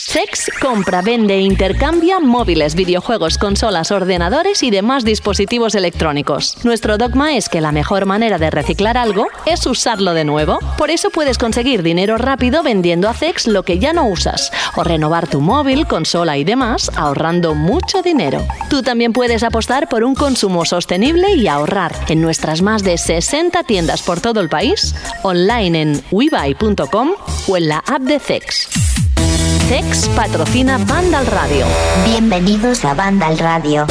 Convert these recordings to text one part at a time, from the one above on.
CEX compra, vende e intercambia móviles, videojuegos, consolas, ordenadores y demás dispositivos electrónicos. Nuestro dogma es que la mejor manera de reciclar algo es usarlo de nuevo. Por eso puedes conseguir dinero rápido vendiendo a CEX lo que ya no usas, o renovar tu móvil, consola y demás, ahorrando mucho dinero. Tú también puedes apostar por un consumo sostenible y ahorrar en nuestras más de 60 tiendas por todo el país, online en webuy.com o en la app de CEX. CEX patrocina Vandal Radio. Bienvenidos a Vandal Radio.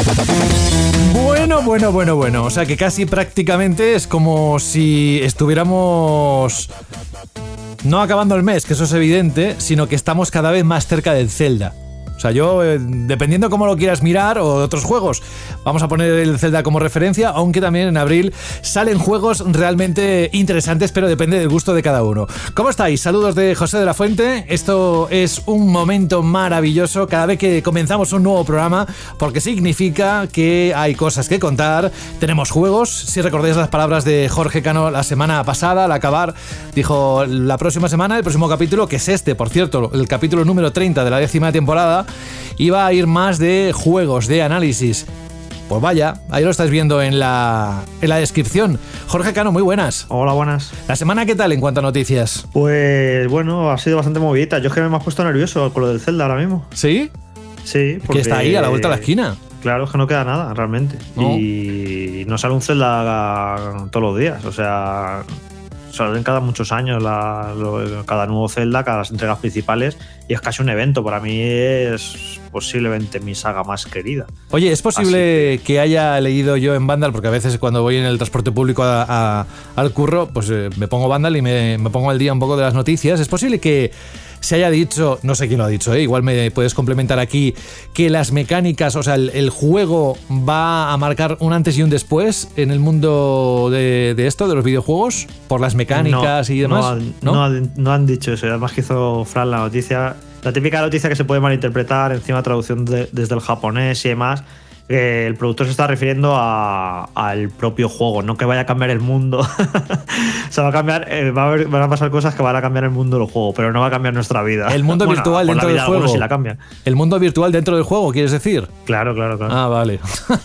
Bueno. O sea que casi prácticamente es como si estuviéramos no acabando el mes, que eso es evidente, sino que estamos cada vez más cerca del Zelda. O sea, yo, dependiendo cómo lo quieras mirar, o de otros juegos, vamos a poner el Zelda como referencia, aunque también en abril salen juegos realmente interesantes, pero depende del gusto de cada uno. ¿Cómo estáis? Saludos de José de la Fuente. Esto es un momento maravilloso cada vez que comenzamos un nuevo programa, porque significa que hay cosas que contar, tenemos juegos. Si recordáis las palabras de Jorge Cano la semana pasada, al acabar, dijo la próxima semana, el próximo capítulo, que es este, por cierto, el capítulo número 30 de la 10ª temporada, iba a ir más de juegos, de análisis. Pues vaya, ahí lo estáis viendo en la descripción. Jorge Cano, muy buenas. Hola, buenas. ¿La semana qué tal en cuanto a noticias? Pues bueno, ha sido bastante movidita. Yo es que me he puesto nervioso con lo del Zelda ahora mismo. ¿Sí? Sí, porque que está ahí, a la vuelta de la esquina. Claro, es que no queda nada, realmente. No. Y no sale un Zelda todos los días. O sea, salen cada muchos años cada nuevo Zelda, cada las entregas principales, y es casi un evento. Para mí es posiblemente mi saga más querida. Oye, ¿es posible que haya leído yo en Vandal? Porque a veces cuando voy en el transporte público al curro, pues me pongo Vandal y me pongo al día un poco de las noticias. ¿Es posible que se haya dicho, no sé quién lo ha dicho, igual me puedes complementar aquí, que las mecánicas, o sea, el juego va a marcar un antes y un después en el mundo de esto, de los videojuegos, por las mecánicas y demás? No han dicho eso. Además que hizo Fran la noticia, la típica noticia que se puede malinterpretar, encima traducción desde el japonés y demás. El productor se está refiriendo al propio juego, no que vaya a cambiar el mundo. O sea, va a cambiar, van a pasar cosas que van a cambiar el mundo del juego, pero no va a cambiar nuestra vida. El mundo virtual dentro del juego. Sí la cambia. El mundo virtual dentro del juego, ¿quieres decir? Claro. Ah, vale.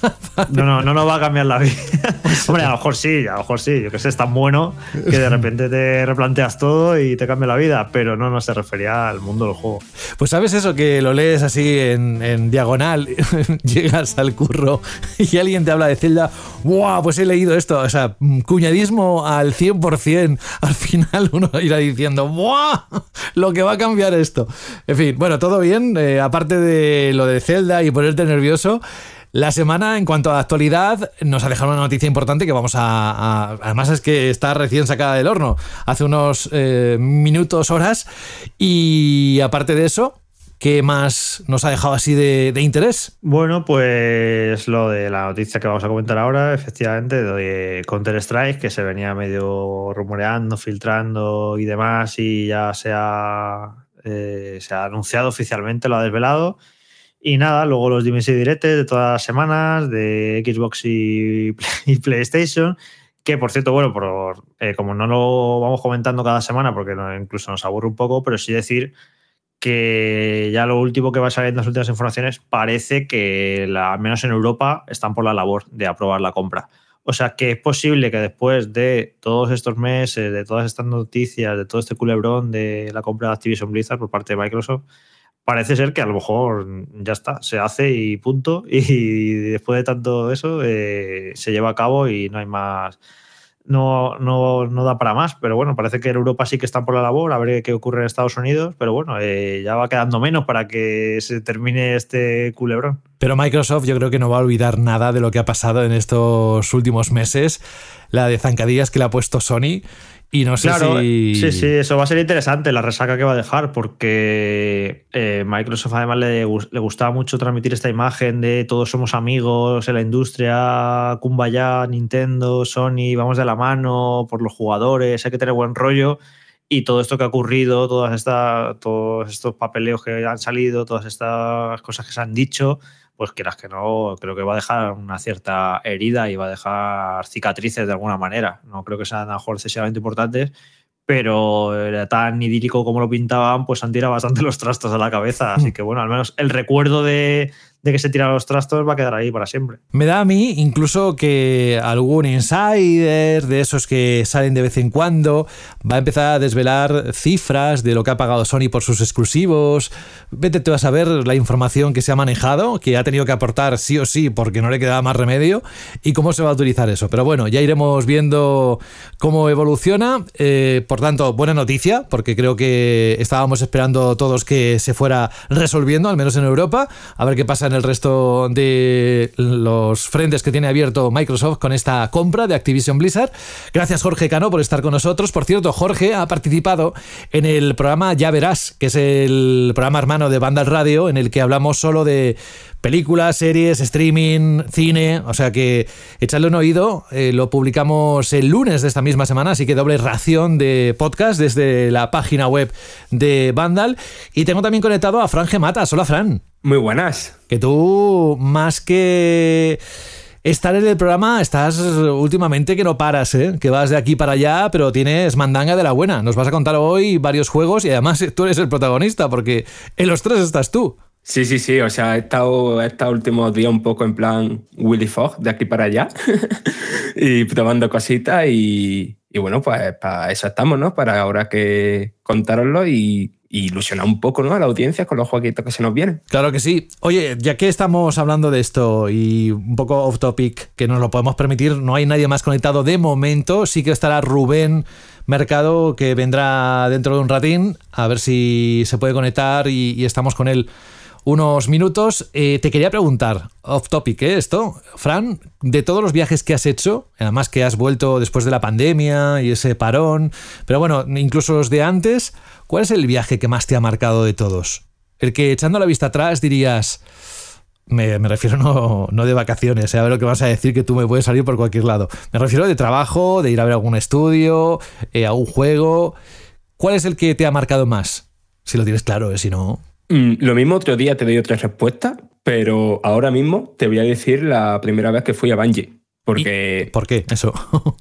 No va a cambiar la vida. Hombre, a lo mejor sí. Yo que sé, es tan bueno que de repente te replanteas todo y te cambia la vida, pero no se refería al mundo del juego. Pues sabes eso, que lo lees así en diagonal, llegas al curro y alguien te habla de Zelda, ¡buah! Pues he leído esto, o sea, cuñadismo al 100%, al final uno irá diciendo, ¡buah! Lo que va a cambiar esto. En fin, bueno, todo bien, aparte de lo de Zelda y ponerte nervioso, la semana, en cuanto a actualidad, nos ha dejado una noticia importante que vamos a además es que está recién sacada del horno, hace unos minutos, horas, y aparte de eso, ¿qué más nos ha dejado así de interés? Bueno, pues lo de la noticia que vamos a comentar ahora, efectivamente, de Counter-Strike, que se venía medio rumoreando, filtrando y demás, y ya se ha anunciado oficialmente, lo ha desvelado. Y nada, luego los dimes y diretes de todas las semanas, de Xbox y PlayStation, que por cierto, bueno, como no lo vamos comentando cada semana, porque incluso nos aburre un poco, pero sí decir que ya lo último que va a salir en las últimas informaciones parece que, al menos en Europa, están por la labor de aprobar la compra. O sea que es posible que después de todos estos meses, de todas estas noticias, de todo este culebrón de la compra de Activision Blizzard por parte de Microsoft, parece ser que a lo mejor ya está, se hace y punto, y después de tanto eso se lleva a cabo y no hay más. No da para más, pero bueno, parece que en Europa sí que están por la labor, a ver qué ocurre en Estados Unidos, pero bueno, ya va quedando menos para que se termine este culebrón. Pero Microsoft yo creo que no va a olvidar nada de lo que ha pasado en estos últimos meses, la de zancadillas que le ha puesto Sony, y no sé si... Sí, eso va a ser interesante, la resaca que va a dejar, porque Microsoft además le gustaba mucho transmitir esta imagen de todos somos amigos en la industria, Kumbaya, Nintendo, Sony, vamos de la mano por los jugadores, hay que tener buen rollo, y todo esto que ha ocurrido, todos estos papeleos que han salido, todas estas cosas que se han dicho, pues quieras que no, creo que va a dejar una cierta herida y va a dejar cicatrices de alguna manera. No creo que sean a lo mejor excesivamente importantes, pero era tan idílico como lo pintaban, pues han tirado bastante los trastos a la cabeza. Así que bueno, al menos el recuerdo de que se tiraron los trastos va a quedar ahí para siempre. Me da a mí incluso que algún insider de esos que salen de vez en cuando va a empezar a desvelar cifras de lo que ha pagado Sony por sus exclusivos. Vete tú a saber la información que se ha manejado, que ha tenido que aportar sí o sí porque no le quedaba más remedio, y cómo se va a utilizar eso. Pero bueno, ya iremos viendo cómo evoluciona. Por tanto, buena noticia, porque creo que estábamos esperando todos que se fuera resolviendo, al menos en Europa. A ver qué pasa en el resto de los frentes que tiene abierto Microsoft con esta compra de Activision Blizzard. Gracias, Jorge Cano, por estar con nosotros. Por cierto, Jorge ha participado en el programa Ya Verás, que es el programa hermano de Vandal Radio, en el que hablamos solo de películas, series, streaming, cine, o sea que echadle un oído. Lo publicamos el lunes de esta misma semana, así que doble ración de podcast desde la página web de Vandal. Y tengo también conectado a Fran Gematas. Hola, Fran. Muy buenas. Que tú, más que estar en el programa, estás últimamente que no paras, que vas de aquí para allá, pero tienes mandanga de la buena. Nos vas a contar hoy varios juegos y además tú eres el protagonista, porque en los 3 estás tú. Sí, o sea, he estado últimos días un poco en plan Willy Fogg, de aquí para allá, y probando cositas y bueno, pues para eso estamos, ¿no? Para ahora que contároslo y ilusionar un poco, ¿no?, a la audiencia con los jueguitos que se nos vienen. Claro que sí. Oye, ya que estamos hablando de esto y un poco off topic, que nos lo podemos permitir, no hay nadie más conectado de momento. Sí que estará Rubén Mercado, que vendrá dentro de un ratín, a ver si se puede conectar y estamos con él unos minutos. Te quería preguntar, off topic, esto, Fran, de todos los viajes que has hecho, además que has vuelto después de la pandemia y ese parón, pero bueno, incluso los de antes, ¿cuál es el viaje que más te ha marcado de todos? El que echando la vista atrás dirías, me refiero no de vacaciones, a ver lo que vas a decir, que tú me puedes salir por cualquier lado. Me refiero de trabajo, de ir a ver algún estudio, a un juego. ¿Cuál es el que te ha marcado más? Si lo tienes claro, si no... Lo mismo otro día te doy otra respuesta, pero ahora mismo te voy a decir la primera vez que fui a Bungie. Porque... ¿Por qué eso?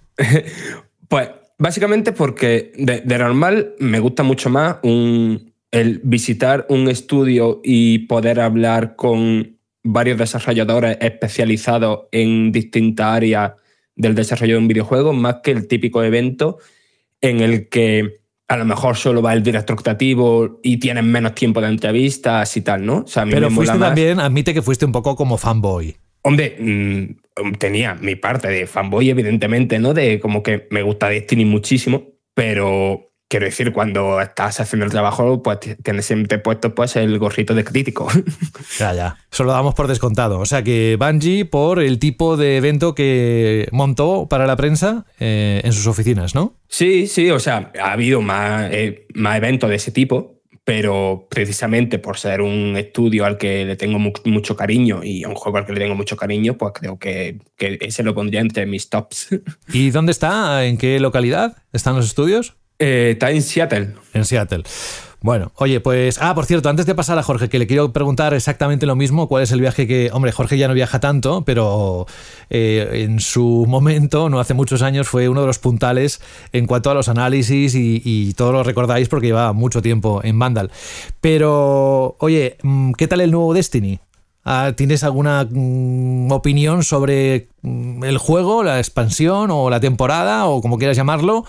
Pues básicamente porque de normal me gusta mucho más el visitar un estudio y poder hablar con varios desarrolladores especializados en distintas áreas del desarrollo de un videojuego, más que el típico evento en el que a lo mejor solo va el director creativo y tienes menos tiempo de entrevistas y tal, ¿no? O sea, a mí pero me fuiste mola más. También, admite que fuiste un poco como fanboy. Hombre, tenía mi parte de fanboy, evidentemente, ¿no? De como que me gusta Destiny muchísimo, pero quiero decir, cuando estás haciendo el trabajo, pues tienes siempre puesto pues el gorrito de crítico. Ya. Eso lo damos por descontado. O sea que Bungie, por el tipo de evento que montó para la prensa en sus oficinas, ¿no? Sí, o sea, ha habido más eventos de ese tipo, pero precisamente por ser un estudio al que le tengo mucho cariño y a un juego al que le tengo mucho cariño, pues creo que ese lo pondría entre mis tops. ¿Y dónde está? ¿En qué localidad están los estudios? Está en Seattle. En Seattle. Bueno, oye, pues... por cierto, antes de pasar a Jorge, que le quiero preguntar exactamente lo mismo, ¿cuál es el viaje que... Hombre, Jorge ya no viaja tanto, pero en su momento, no hace muchos años, fue uno de los puntales en cuanto a los análisis y todos lo recordáis porque lleva mucho tiempo en Vandal. Pero, oye, ¿qué tal el nuevo Destiny? ¿Tienes alguna opinión sobre el juego, la expansión o la temporada o como quieras llamarlo?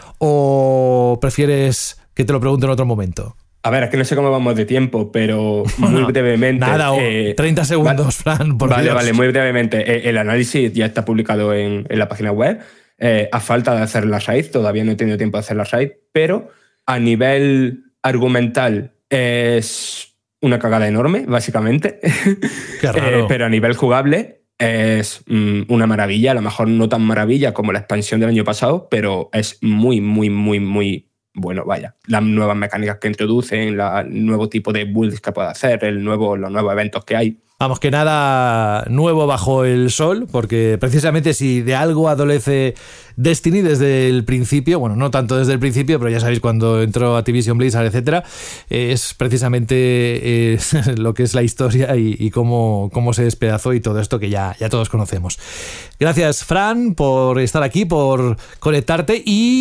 ¿O prefieres que te lo pregunte en otro momento? A ver, es que no sé cómo vamos de tiempo, pero muy brevemente... Nada, 30 segundos, Fran, por Dios. Vale, muy brevemente. El análisis ya está publicado en la página web. A falta de hacer la raid, todavía no he tenido tiempo de hacer la raid, pero a nivel argumental es una cagada enorme, básicamente. Qué raro. Pero a nivel jugable es una maravilla, a lo mejor no tan maravilla como la expansión del año pasado, pero es muy, muy, muy, muy bueno, vaya. Las nuevas mecánicas que introducen, el nuevo tipo de builds que puede hacer, los nuevos eventos que hay. Vamos, que nada nuevo bajo el sol, porque precisamente si de algo adolece Destiny desde el principio, bueno, no tanto desde el principio, pero ya sabéis cuando entró Activision Blizzard, etcétera, es precisamente lo que es la historia y cómo se despedazó y todo esto que ya todos conocemos. Gracias, Fran, por estar aquí, por conectarte y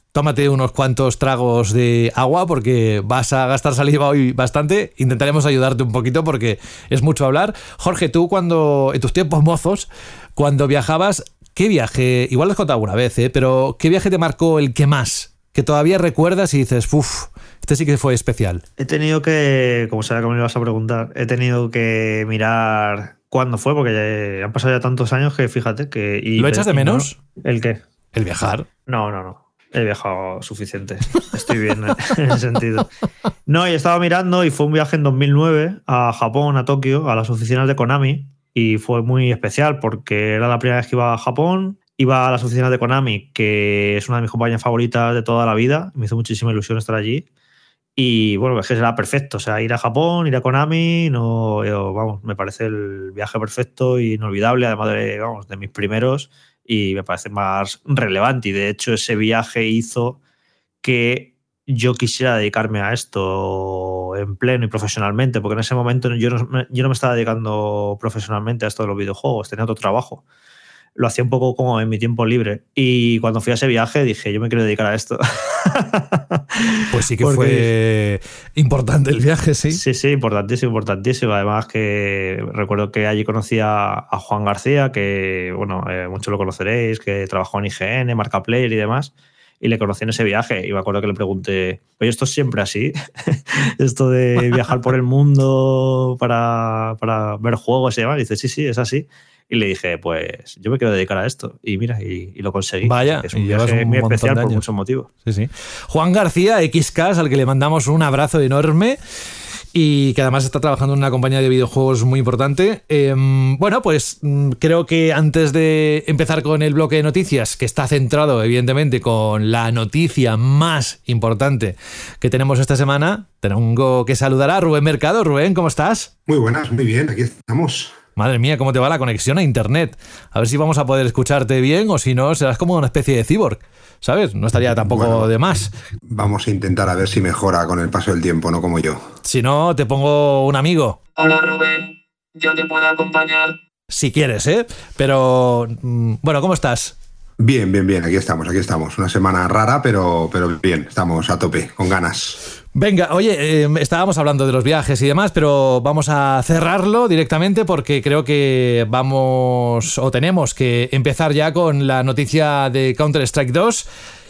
tómate unos cuantos tragos de agua porque vas a gastar saliva hoy bastante. Intentaremos ayudarte un poquito porque es mucho hablar. Jorge, tú cuando en tus tiempos mozos, cuando viajabas, ¿qué viaje? Igual lo has contado alguna vez, pero ¿qué viaje te marcó el que más? Que todavía recuerdas y dices, uff, este sí que fue especial. He tenido que, como sabía que me ibas a preguntar, he tenido que mirar cuándo fue, porque han pasado ya tantos años que fíjate que... ¿Lo echas de menos? ¿No? ¿El qué? El viajar. No. He viajado suficiente. Estoy bien en ese sentido. No, y estaba mirando y fue un viaje en 2009 a Japón, a Tokio, a las oficinas de Konami. Y fue muy especial porque era la primera vez que iba a Japón. Iba a las oficinas de Konami, que es una de mis compañías favoritas de toda la vida. Me hizo muchísima ilusión estar allí. Y bueno, es que será perfecto. O sea, ir a Japón, ir a Konami, me parece el viaje perfecto e inolvidable, además de mis primeros. Y me parece más relevante. Y de hecho, ese viaje hizo que yo quisiera dedicarme a esto en pleno y profesionalmente, porque en ese momento yo no me estaba dedicando profesionalmente a esto de los videojuegos, tenía otro trabajo. Lo hacía un poco como en mi tiempo libre. Y cuando fui a ese viaje dije, yo me quiero dedicar a esto. Pues sí que fue importante el viaje, sí. Sí, importantísimo. Además que recuerdo que allí conocí a Juan García, que bueno, muchos lo conoceréis, que trabajó en IGN, Marca Player y demás. Y le conocí en ese viaje y me acuerdo que le pregunté, oye, ¿esto es siempre así? Esto de viajar por el mundo para ver juegos y demás. Y dice, sí, es así. Y le dije, pues yo me quiero dedicar a esto. Y mira, y lo conseguí. Vaya, es un viaje muy especial por muchos motivos. Sí. Juan García, XK, al que le mandamos un abrazo enorme y que además está trabajando en una compañía de videojuegos muy importante. Bueno, pues creo que antes de empezar con el bloque de noticias, que está centrado evidentemente con la noticia más importante que tenemos esta semana, tengo que saludar a Rubén Mercado. Rubén, ¿cómo estás? Muy buenas, muy bien, aquí estamos. Madre mía, ¿cómo te va la conexión a internet? A ver si vamos a poder escucharte bien o si no, serás como una especie de cyborg, ¿sabes? No estaría tampoco de más. Vamos a intentar a ver si mejora con el paso del tiempo, no como yo. Si no, te pongo un amigo. Hola Rubén, yo te puedo acompañar. Si quieres, ¿eh? Pero, bueno, ¿cómo estás? Bien, aquí estamos. Una semana rara, pero bien, estamos a tope, con ganas. Venga, oye, estábamos hablando de los viajes y demás, pero vamos a cerrarlo directamente porque creo que tenemos que empezar ya con la noticia de Counter-Strike 2.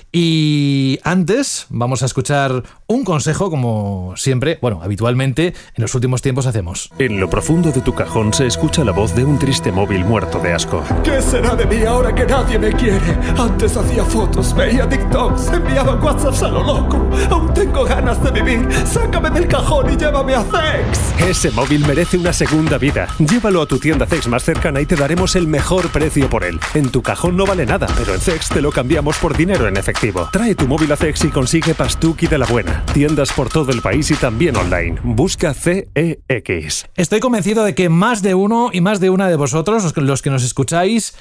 Y antes vamos a escuchar un consejo, como siempre, bueno, habitualmente en los últimos tiempos hacemos. En lo profundo de tu cajón se escucha la voz de un triste móvil muerto de asco. ¿Qué será de mí ahora que nadie me quiere? Antes hacía fotos, veía TikToks, enviaba WhatsApps a lo loco. Aún tengo ganas de vivir. Sácame del cajón y llévame a Zex. Ese móvil merece una segunda vida. Llévalo a tu tienda Zex más cercana y te daremos el mejor precio por él. En tu cajón no vale nada, pero en Zex te lo cambiamos por dinero en efectivo. Trae tu móvil a Zex y consigue Pastuki de la buena. Tiendas por todo el país y también online. Busca CEX. Estoy convencido de que más de uno y más de una de vosotros, los que nos escucháis,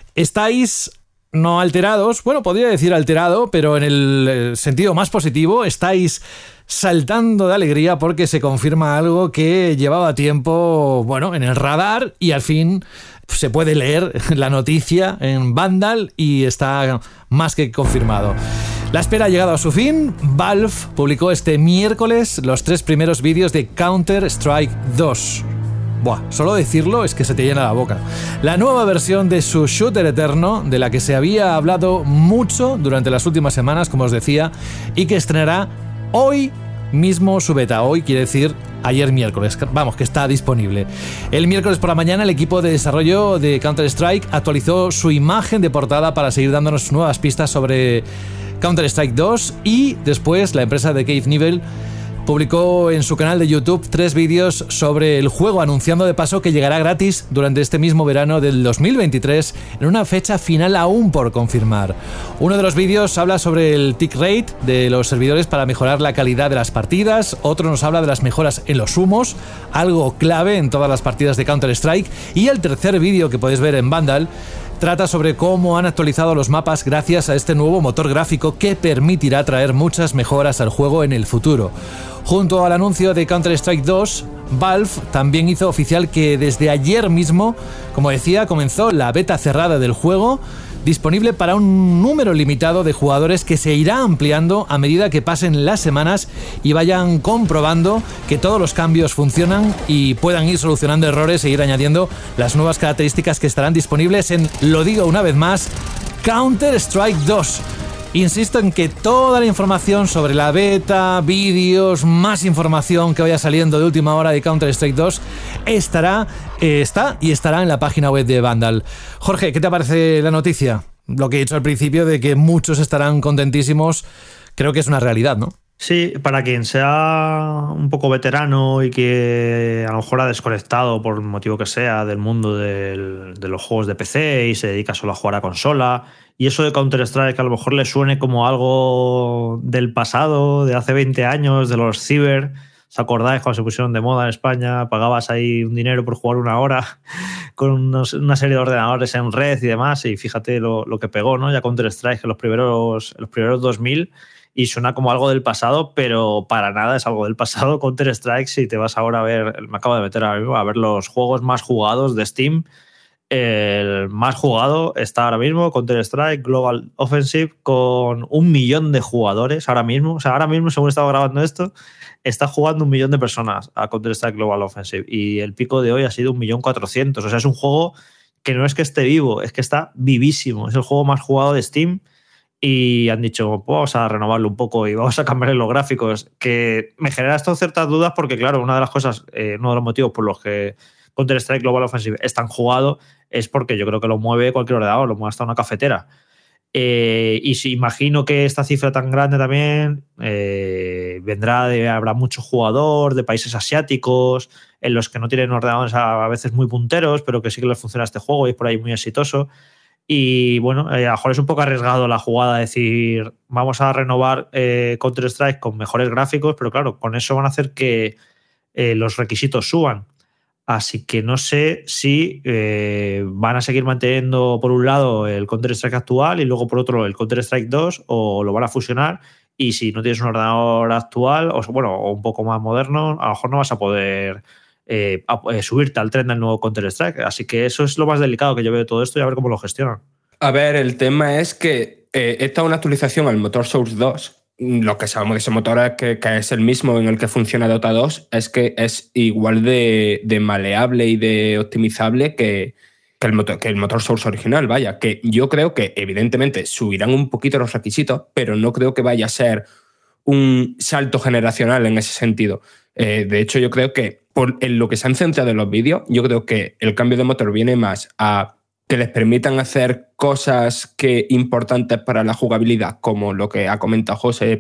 estáis no alterados, bueno, podría decir alterado, pero en el sentido más positivo, estáis saltando de alegría porque se confirma algo que llevaba tiempo, bueno, en el radar y al fin se puede leer la noticia en Vandal y está más que confirmado. La espera ha llegado a su fin. Valve publicó este miércoles los 3 primeros vídeos de Counter-Strike 2. Buah, solo decirlo es que se te llena la boca. La nueva versión de su shooter eterno, de la que se había hablado mucho durante las últimas semanas, como os decía, y que estrenará hoy mismo su beta. Hoy quiere decir ayer miércoles, vamos, que está disponible. El miércoles por la mañana el equipo de desarrollo de Counter-Strike actualizó su imagen de portada para seguir dándonos nuevas pistas sobre Counter-Strike 2 y después la empresa de Cave Nibel publicó en su canal de YouTube 3 vídeos sobre el juego, anunciando de paso que llegará gratis durante este mismo verano del 2023 en una fecha final aún por confirmar. Uno de los vídeos habla sobre el tick rate de los servidores para mejorar la calidad de las partidas, otro nos habla de las mejoras en los humos, algo clave en todas las partidas de Counter-Strike, y el tercer vídeo que podéis ver en Vandal trata sobre cómo han actualizado los mapas gracias a este nuevo motor gráfico que permitirá traer muchas mejoras al juego en el futuro. Junto al anuncio de Counter-Strike 2, Valve también hizo oficial que desde ayer mismo, como decía, comenzó la beta cerrada del juego disponible para un número limitado de jugadores que se irá ampliando a medida que pasen las semanas y vayan comprobando que todos los cambios funcionan y puedan ir solucionando errores e ir añadiendo las nuevas características que estarán disponibles en, lo digo una vez más, Counter-Strike 2. Insisto en que toda la información sobre la beta, vídeos, más información que vaya saliendo de última hora de Counter-Strike 2 está y estará en la página web de Vandal. Jorge, ¿qué te parece la noticia? Lo que he dicho al principio de que muchos estarán contentísimos, creo que es una realidad, ¿no? Sí, para quien sea un poco veterano y que a lo mejor ha desconectado por el motivo que sea del mundo de los juegos de PC y se dedica solo a jugar a consola, y eso de Counter-Strike a lo mejor le suene como algo del pasado, de hace 20 años, de los ciber. ¿Os acordáis cuando se pusieron de moda en España? Pagabas ahí un dinero por jugar una hora con una serie de ordenadores en red y demás, y fíjate lo que pegó, ¿no? Ya Counter-Strike en los primeros 2000, y suena como algo del pasado, pero para nada es algo del pasado. Counter-Strike, si te vas ahora a ver, me acabo de meter ahora mismo, a ver los juegos más jugados de Steam, el más jugado está ahora mismo Counter-Strike Global Offensive con 1 millón de jugadores ahora mismo. O sea, ahora mismo, según estaba grabando esto, está jugando 1 millón de personas a Counter-Strike Global Offensive y el pico de hoy ha sido 1.400.000. O sea, es un juego que no es que esté vivo, es que está vivísimo. Es el juego más jugado de Steam. Y han dicho, pues vamos a renovarlo un poco y vamos a cambiar los gráficos, que me genera esto ciertas dudas porque, claro, una de las cosas, uno de los motivos por los que Counter-Strike Global Offensive es tan jugado es porque yo creo que lo mueve cualquier ordenador, lo mueve hasta una cafetera. Y si imagino que esta cifra tan grande también habrá mucho jugador de países asiáticos en los que no tienen ordenadores a veces muy punteros, pero que sí que les funciona este juego y es por ahí muy exitoso. Y bueno, a lo mejor es un poco arriesgado la jugada de decir vamos a renovar Counter-Strike con mejores gráficos, pero claro, con eso van a hacer que los requisitos suban. Así que no sé si van a seguir manteniendo por un lado el Counter-Strike actual y luego por otro el Counter-Strike 2, o lo van a fusionar, y si no tienes un ordenador actual o un poco más moderno, a lo mejor no vas a poder subirte al tren del nuevo Counter-Strike. Así que eso es lo más delicado que yo veo de todo esto y a ver cómo lo gestionan. A ver, el tema es que esta es una actualización al motor Source 2. Lo que sabemos de ese motor es que es el mismo en el que funciona Dota 2, es que es igual de maleable y de optimizable que el motor Source original. Vaya, que yo creo que evidentemente subirán un poquito los requisitos, pero no creo que vaya a ser un salto generacional en ese sentido. De hecho, yo creo que en lo que se han centrado en los vídeos, yo creo que el cambio de motor viene más a que les permitan hacer cosas importantes para la jugabilidad, como lo que ha comentado José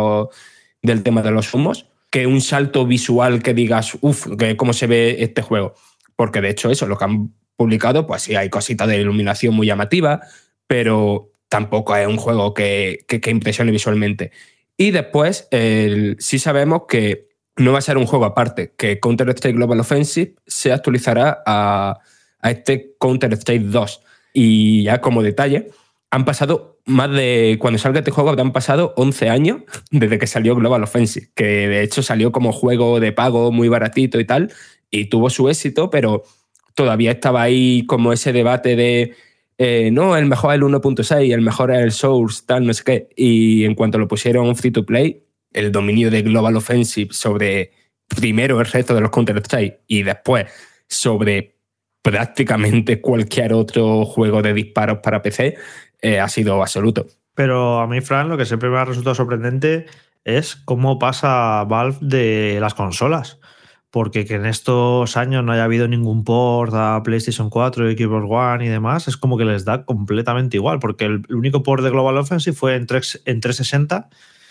del tema de los humos, que un salto visual que digas, cómo se ve este juego. Porque de hecho eso, lo que han publicado, pues sí hay cositas de iluminación muy llamativa, pero tampoco es un juego que impresione visualmente. Y después sí sabemos que no va a ser un juego aparte, que Counter-Strike Global Offensive se actualizará a este Counter-Strike 2. Y ya como detalle, han pasado cuando salga este juego, han pasado 11 años desde que salió Global Offensive, que de hecho salió como juego de pago muy baratito y tal, y tuvo su éxito, pero todavía estaba ahí como ese debate de no, el mejor es el 1.6, el mejor es el Source, tal, no sé qué. Y en cuanto lo pusieron free to play, el dominio de Global Offensive sobre primero el resto de los Counter-Strike y después sobre prácticamente cualquier otro juego de disparos para PC ha sido absoluto. Pero a mí, Fran, lo que siempre me ha resultado sorprendente es cómo pasa Valve de las consolas. Porque que en estos años no haya habido ningún port a PlayStation 4, Xbox One y demás, es como que les da completamente igual. Porque el único port de Global Offensive fue en 360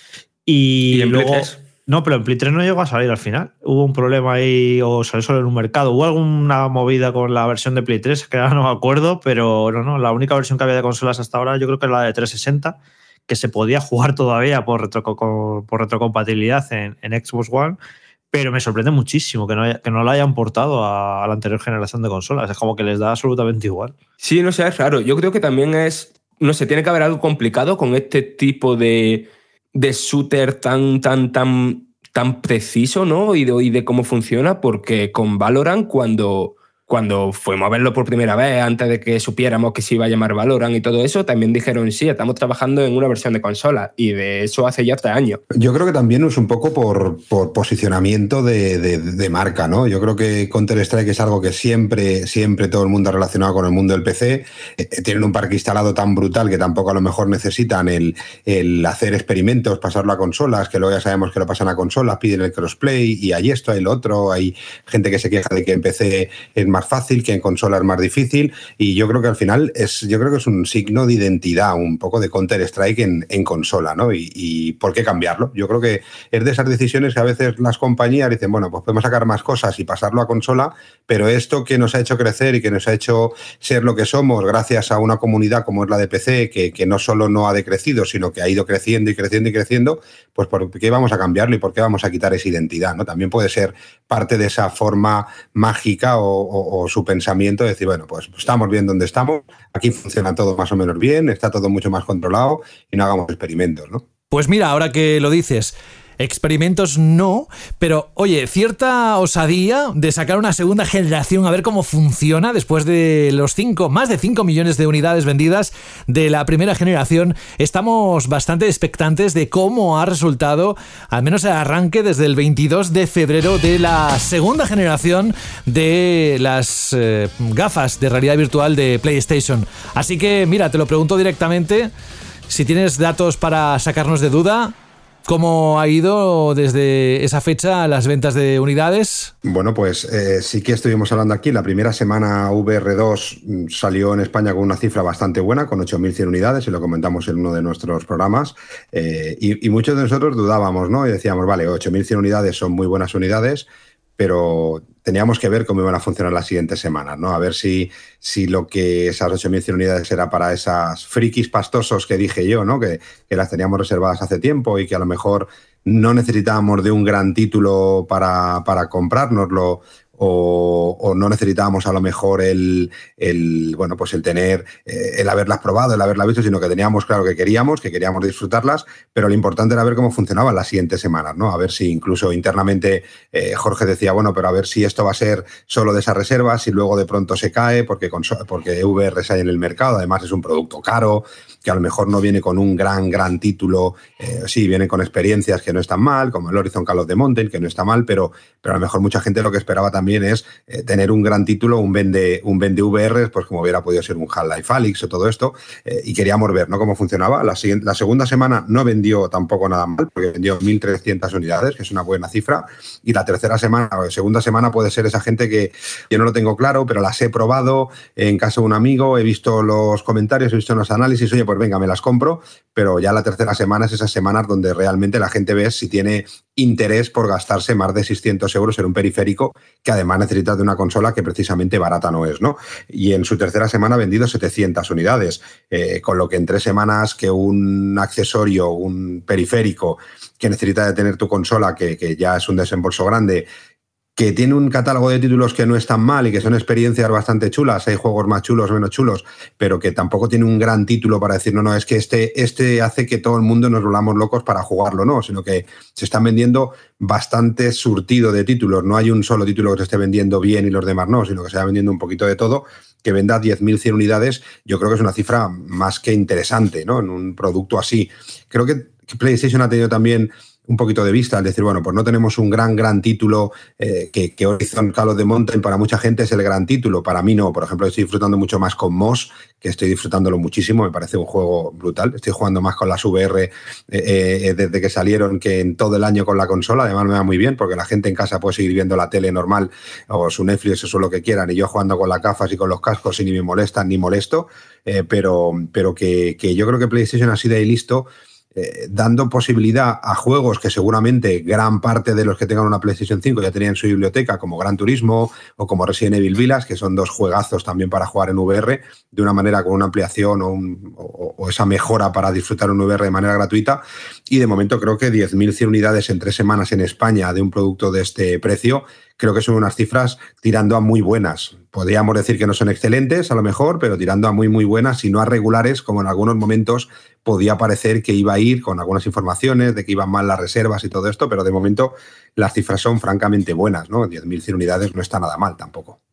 y en luego... Play 3. No, pero en Play 3 no llegó a salir al final. Hubo un problema ahí o salió solo en un mercado. Hubo alguna movida con la versión de Play 3 que ahora no me acuerdo, pero no. La única versión que había de consolas hasta ahora yo creo que era la de 360, que se podía jugar todavía por retrocompatibilidad en Xbox One, pero me sorprende muchísimo que no la hayan portado a la anterior generación de consolas. Es como que les da absolutamente igual. Sí, no sé, es raro. Yo creo que también tiene que haber algo complicado con este tipo de shooter tan preciso, ¿no? Y de cómo funciona, porque con Valorant, cuando cuando fuimos a verlo por primera vez, antes de que supiéramos que se iba a llamar Valorant y todo eso, también dijeron, sí, estamos trabajando en una versión de consola, y de eso hace ya 3 años. Yo creo que también es un poco por posicionamiento de marca, ¿no? Yo creo que Counter-Strike es algo que siempre todo el mundo ha relacionado con el mundo del PC. Tienen un parque instalado tan brutal que tampoco a lo mejor necesitan el hacer experimentos, pasarlo a consolas, que luego ya sabemos que lo pasan a consolas, piden el crossplay, y hay esto, hay lo otro, hay gente que se queja de que en PC es más fácil, que en consola es más difícil, y yo creo que al final es un signo de identidad un poco de Counter-Strike en consola, ¿no? Y ¿por qué cambiarlo? Yo creo que es de esas decisiones que a veces las compañías dicen, bueno, pues podemos sacar más cosas y pasarlo a consola, pero esto que nos ha hecho crecer y que nos ha hecho ser lo que somos gracias a una comunidad como es la de PC, que no solo no ha decrecido, sino que ha ido creciendo y creciendo y creciendo, pues ¿por qué vamos a cambiarlo y por qué vamos a quitar esa identidad, ¿no? También puede ser parte de esa forma mágica o su pensamiento de decir, bueno, pues estamos bien donde estamos, aquí funciona todo más o menos bien, está todo mucho más controlado y no hagamos experimentos, ¿no? Pues mira, ahora que lo dices, experimentos no, pero oye, cierta osadía de sacar una segunda generación a ver cómo funciona después de los más de 5 millones de unidades vendidas de la primera generación. Estamos bastante expectantes de cómo ha resultado, al menos el arranque desde el 22 de febrero de la segunda generación de las gafas de realidad virtual de PlayStation. Así que mira, te lo pregunto directamente, si tienes datos para sacarnos de duda, ¿cómo ha ido desde esa fecha las ventas de unidades? Bueno, pues sí que estuvimos hablando aquí. La primera semana VR2 salió en España con una cifra bastante buena, con 8.100 unidades, y lo comentamos en uno de nuestros programas. Y muchos de nosotros dudábamos, ¿no? Y decíamos, vale, 8.100 unidades son muy buenas unidades, pero teníamos que ver cómo iban a funcionar las siguientes semanas, ¿no? A ver si lo que esas 8.100 unidades era para esas frikis pastosos que dije yo, ¿no? Que las teníamos reservadas hace tiempo y que a lo mejor no necesitábamos de un gran título para comprárnoslo, o no necesitábamos a lo mejor el tener, el haberlas probado, el haberlas visto, sino que teníamos claro que queríamos disfrutarlas, pero lo importante era ver cómo funcionaban las siguientes semanas, ¿no? A ver si incluso internamente Jorge decía, bueno, pero a ver si esto va a ser solo de esas reservas y luego de pronto se cae porque VR sale en el mercado, además es un producto caro, que a lo mejor no viene con un gran título, sí, viene con experiencias que no están mal, como el Horizon Call of the Mountain, que no está mal, pero a lo mejor mucha gente lo que esperaba también es tener un gran título, un vende VR, pues como hubiera podido ser un Half-Life Alyx o todo esto, y queríamos ver, ¿no?, cómo funcionaba. La segunda semana no vendió tampoco nada mal, porque vendió 1.300 unidades, que es una buena cifra, y la segunda semana puede ser esa gente que yo no lo tengo claro, pero las he probado en casa de un amigo, he visto los comentarios, he visto los análisis, oye, pues venga, me las compro, pero ya la tercera semana es esas semanas donde realmente la gente ve si tiene interés por gastarse más de 600 euros en un periférico que además necesita de una consola que precisamente barata no es, ¿no? Y en su tercera semana ha vendido 700 unidades, con lo que en 3 semanas que un accesorio, un periférico que necesita de tener tu consola, que ya es un desembolso grande, que tiene un catálogo de títulos que no es tan mal y que son experiencias bastante chulas, hay juegos más chulos, menos chulos, pero que tampoco tiene un gran título para decir, no, es que este hace que todo el mundo nos volvamos locos para jugarlo, no, sino que se están vendiendo bastante surtido de títulos, no hay un solo título que se esté vendiendo bien y los demás no, sino que se va vendiendo un poquito de todo. Que venda 10.100 unidades, yo creo que es una cifra más que interesante, ¿no?, en un producto así. Creo que PlayStation ha tenido también un poquito de vista, al decir, bueno, pues no tenemos un gran título, que Horizon Call of the Mountain para mucha gente es el gran título, para mí no. Por ejemplo, estoy disfrutando mucho más con Moss, que estoy disfrutándolo muchísimo, me parece un juego brutal. Estoy jugando más con las VR desde que salieron que en todo el año con la consola, además me va muy bien porque la gente en casa puede seguir viendo la tele normal o su Netflix o lo que quieran, y yo jugando con las gafas y con los cascos y ni me molestan ni molesto, pero que yo creo que PlayStation ha sido ahí listo, dando posibilidad a juegos que seguramente gran parte de los que tengan una PlayStation 5 ya tenían en su biblioteca, como Gran Turismo o como Resident Evil Village, que son 2 juegazos también para jugar en VR, de una manera con una ampliación o esa mejora para disfrutar un VR de manera gratuita. Y de momento creo que 10.100 unidades en 3 semanas en España de un producto de este precio, creo que son unas cifras tirando a muy buenas. Podríamos decir que no son excelentes, a lo mejor, pero tirando a muy buenas y no a regulares, como en algunos momentos podía parecer que iba a ir, con algunas informaciones de que iban mal las reservas y todo esto, pero de momento las cifras son francamente buenas, ¿no? 10.100 unidades no está nada mal tampoco.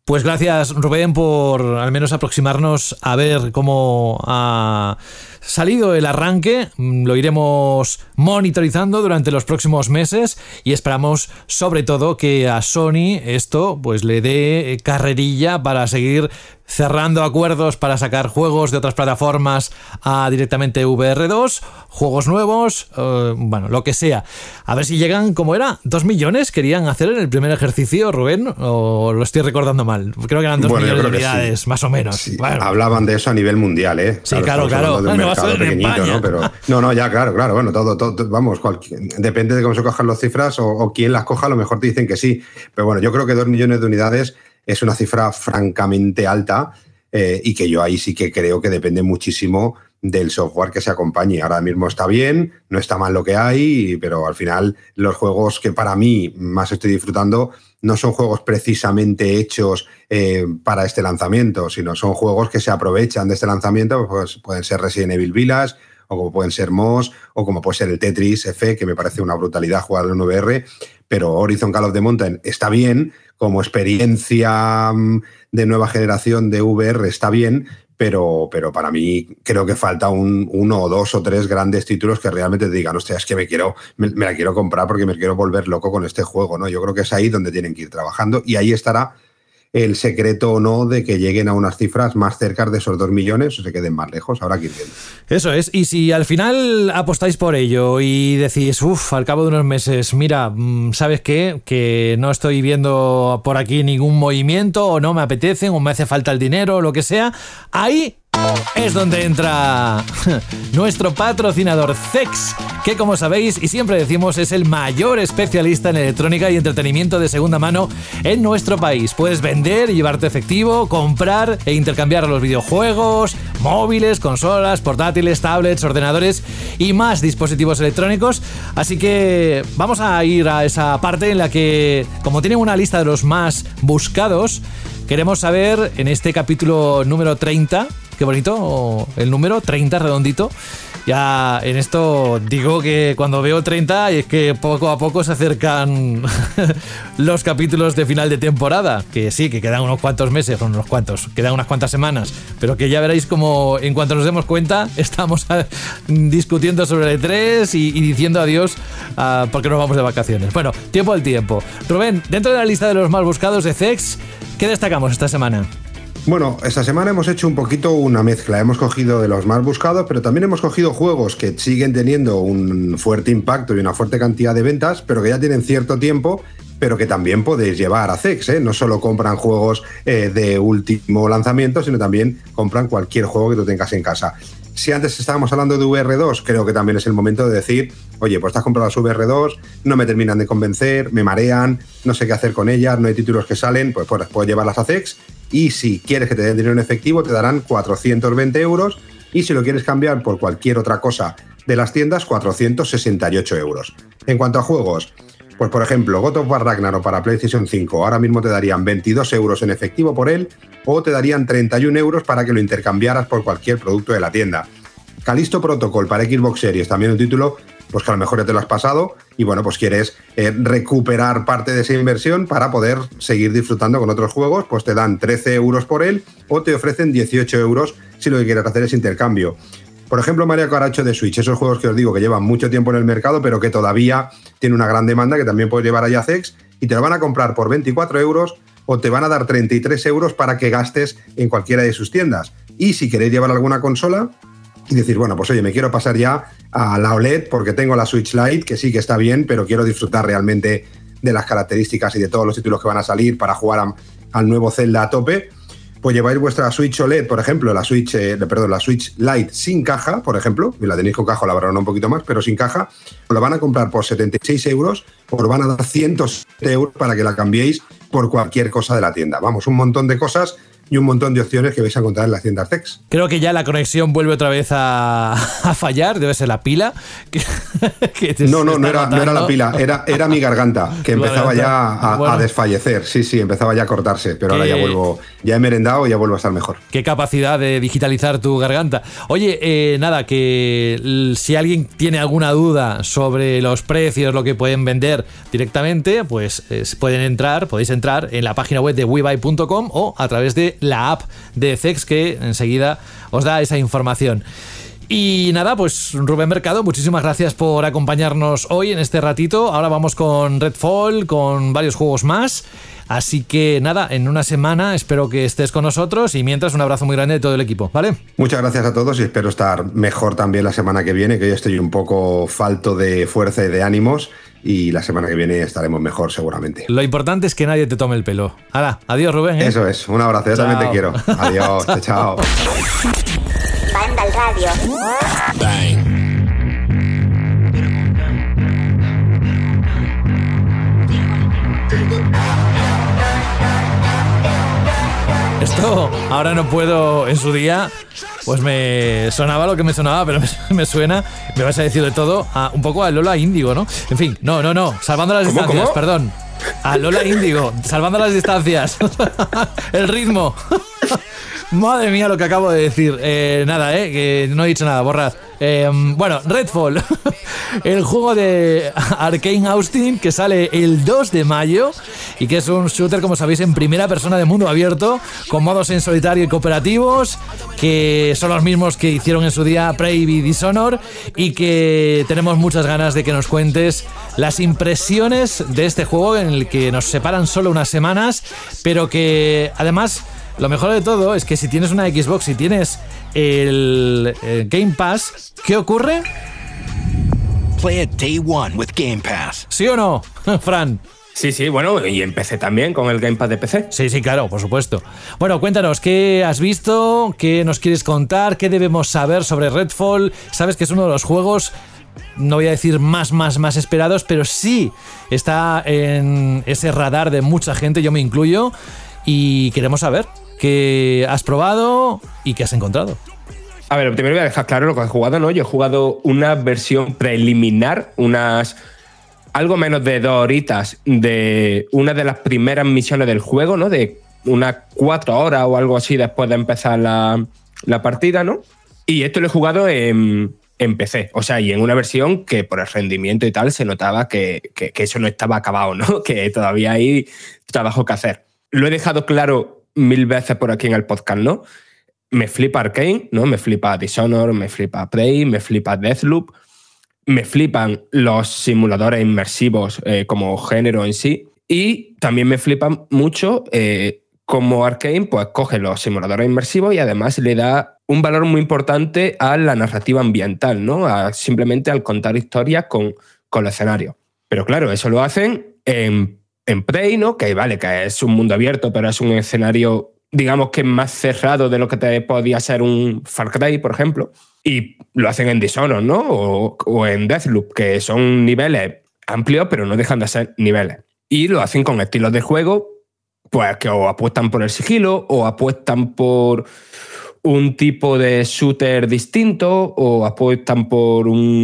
Pues gracias, Rubén, por al menos aproximarnos a ver cómo ha salido el arranque. Lo iremos monitorizando durante los próximos meses y esperamos sobre todo que a Sony esto pues le dé carrerilla para seguir cerrando acuerdos para sacar juegos de otras plataformas a directamente VR2, juegos nuevos, bueno, lo que sea. A ver si llegan, ¿cómo era? ¿2 millones querían hacer en el primer ejercicio, Rubén? ¿O lo estoy recordando mal? Creo que eran 2 millones de unidades, sí, más o menos. Sí. Bueno. Hablaban de eso a nivel mundial, ¿eh? Sí, claro. Bueno, va a ser pequeñito, ¿no? Pero no, ya, claro. Bueno, todo vamos, depende de cómo se cojan las cifras o quién las coja, a lo mejor te dicen que sí. Pero bueno, yo creo que 2 millones de unidades es una cifra francamente alta. Y que yo ahí sí que creo que depende muchísimo del software que se acompañe. Ahora mismo está bien, no está mal lo que hay, pero al final los juegos que para mí más estoy disfrutando no son juegos precisamente hechos para este lanzamiento, sino son juegos que se aprovechan de este lanzamiento, pues pueden ser Resident Evil Village, o como pueden ser Moss, o como puede ser el Tetris F, que me parece una brutalidad jugarlo en VR, pero Horizon Call of the Mountain está bien, como experiencia de nueva generación de VR está bien, pero para mí creo que falta uno o dos o tres grandes títulos que realmente te digan, hostia, es que me la quiero comprar porque me quiero volver loco con este juego, ¿no? Yo creo que es ahí donde tienen que ir trabajando y ahí estará el secreto o no de que lleguen a unas cifras más cerca de esos 2 millones o se queden más lejos. Habrá que ir viendo. Eso es. Y si al final apostáis por ello y decís, al cabo de unos meses, mira, ¿sabes qué? Que no estoy viendo por aquí ningún movimiento o no me apetecen o me hace falta el dinero o lo que sea, ahí es donde entra nuestro patrocinador CEX, que como sabéis y siempre decimos es el mayor especialista en electrónica y entretenimiento de segunda mano en nuestro país. Puedes vender y llevarte efectivo, comprar e intercambiar los videojuegos, móviles, consolas, portátiles, tablets, ordenadores y más dispositivos electrónicos. Así que vamos a ir a esa parte en la que, como tienen una lista de los más buscados, queremos saber en este capítulo número 30, qué bonito, el número 30 redondito. Ya en esto digo que cuando veo 30 es que poco a poco se acercan los capítulos de final de temporada, que sí, que quedan unos cuantos meses, quedan unas cuantas semanas, pero que ya veréis como en cuanto nos demos cuenta estamos discutiendo sobre el E3 y diciendo adiós porque nos vamos de vacaciones. Bueno, tiempo al tiempo. Rubén, dentro de la lista de los más buscados de CEX, ¿qué destacamos esta semana? Bueno, esta semana hemos hecho un poquito una mezcla. Hemos cogido de los más buscados, pero también hemos cogido juegos que siguen teniendo un fuerte impacto y una fuerte cantidad de ventas, pero que ya tienen cierto tiempo, pero que también podéis llevar a CEX, ¿eh? No solo compran juegos de último lanzamiento, sino también compran cualquier juego que tú tengas en casa. Si antes estábamos hablando de VR2, creo que también es el momento de decir, oye, pues te has comprado las VR2, no me terminan de convencer, me marean, no sé qué hacer con ellas, no hay títulos que salen, pues puedes llevarlas a CEX. Y si quieres que te den dinero en efectivo, te darán 420 euros. Y si lo quieres cambiar por cualquier otra cosa de las tiendas, 468 euros. En cuanto a juegos, pues por ejemplo, God of War Ragnarok para PlayStation 5, ahora mismo te darían 22 euros en efectivo por él, o te darían 31 euros para que lo intercambiaras por cualquier producto de la tienda. Callisto Protocol para Xbox Series, también un título pues que a lo mejor ya te lo has pasado y bueno, pues quieres recuperar parte de esa inversión para poder seguir disfrutando con otros juegos, pues te dan 13 euros por él o te ofrecen 18 euros si lo que quieres hacer es intercambio. Por ejemplo, Mario Kart 8 de Switch, esos juegos que os digo que llevan mucho tiempo en el mercado, pero que todavía tiene una gran demanda, que también puedes llevar a CEX y te lo van a comprar por 24 euros o te van a dar 33 euros para que gastes en cualquiera de sus tiendas. Y si queréis llevar alguna consola y decir, bueno, pues oye, me quiero pasar ya a la OLED porque tengo la Switch Lite, que sí que está bien, pero quiero disfrutar realmente de las características y de todos los títulos que van a salir para jugar al nuevo Zelda a tope, pues lleváis vuestra Switch OLED, por ejemplo, la Switch Lite sin caja, por ejemplo, y la tenéis con caja, la valorarán un poquito más, pero sin caja, os la van a comprar por 76 euros, os van a dar 107 euros para que la cambiéis por cualquier cosa de la tienda. Vamos, un montón de cosas y un montón de opciones que vais a encontrar en las tiendas Zex. Creo que ya la conexión vuelve otra vez a fallar, debe ser la pila. No era la pila, era mi garganta, que empezaba ya a desfallecer. Sí, empezaba ya a cortarse, pero ahora ya he merendado y ya vuelvo a estar mejor. Qué capacidad de digitalizar tu garganta. Oye, nada, que si alguien tiene alguna duda sobre los precios, lo que pueden vender directamente, pues podéis entrar en la página web de webuy.com o a través de la app de Zex, que enseguida os da esa información. Y nada, pues Rubén Mercado, muchísimas gracias por acompañarnos hoy en este ratito. Ahora vamos con Redfall, con varios juegos más. Así que nada, en una semana espero que estés con nosotros y mientras un abrazo muy grande de todo el equipo, ¿vale? Muchas gracias a todos y espero estar mejor también la semana que viene, que hoy estoy un poco falto de fuerza y de ánimos. Y la semana que viene estaremos mejor seguramente. Lo importante es que nadie te tome el pelo. Hala, adiós Rubén. Eso es, un abrazo, yo también te quiero. Adiós, chao. Banda al radio. Bang. Esto ahora no puedo, en su día pues me sonaba lo que me sonaba, pero me suena, me vas a decir de todo, un poco a Lola Índigo, ¿no? En fin, no, salvando las distancias, ¿Cómo? Perdón. A Lola Índigo, salvando las distancias. El ritmo. Madre mía lo que acabo de decir. Nada, que no he dicho nada, borrad. Bueno, Redfall, el juego de Arkane Austin que sale el 2 de mayo y que es un shooter, como sabéis, en primera persona de mundo abierto, con modos en solitario y cooperativos, que son los mismos que hicieron en su día Prey y Dishonor, y que tenemos muchas ganas de que nos cuentes las impresiones de este juego, en el que nos separan solo unas semanas, pero que además lo mejor de todo es que si tienes una Xbox y tienes el Game Pass, ¿qué ocurre? Play it day one with Game Pass. ¿Sí o no, Fran? Sí, bueno, y empecé también con el Game Pass de PC. Sí, claro, por supuesto. Bueno, cuéntanos, ¿qué has visto? ¿Qué nos quieres contar? ¿Qué debemos saber sobre Redfall? Sabes que es uno de los juegos, no voy a decir más esperados, pero sí está en ese radar de mucha gente, yo me incluyo, y queremos saber qué has probado y qué has encontrado. A ver, primero voy a dejar claro lo que he jugado, ¿no? Yo he jugado una versión preliminar, algo menos de 2 horitas de una de las primeras misiones del juego, ¿no? De unas 4 horas o algo así después de empezar la partida, ¿no? Y esto lo he jugado en PC, o sea, y en una versión que por el rendimiento y tal se notaba que eso no estaba acabado, ¿no? Que todavía hay trabajo que hacer. Lo he dejado claro 1000 veces por aquí en el podcast, ¿no? Me flipa Arkane, ¿no? Me flipa Dishonor, me flipa Prey, me flipa Deathloop, me flipan los simuladores inmersivos como género en sí, y también me flipan mucho como Arkane pues coge los simuladores inmersivos y además le da un valor muy importante a la narrativa ambiental, ¿no? Simplemente al contar historias con los escenarios. Pero claro, eso lo hacen en Prey, ¿no? Que vale, que es un mundo abierto, pero es un escenario, digamos que más cerrado de lo que te podía ser un Far Cry, por ejemplo. Y lo hacen en Dishonored, ¿no? O en Deathloop, que son niveles amplios, pero no dejan de ser niveles. Y lo hacen con estilos de juego, pues que o apuestan por el sigilo, o apuestan por un tipo de shooter distinto, o apuestan por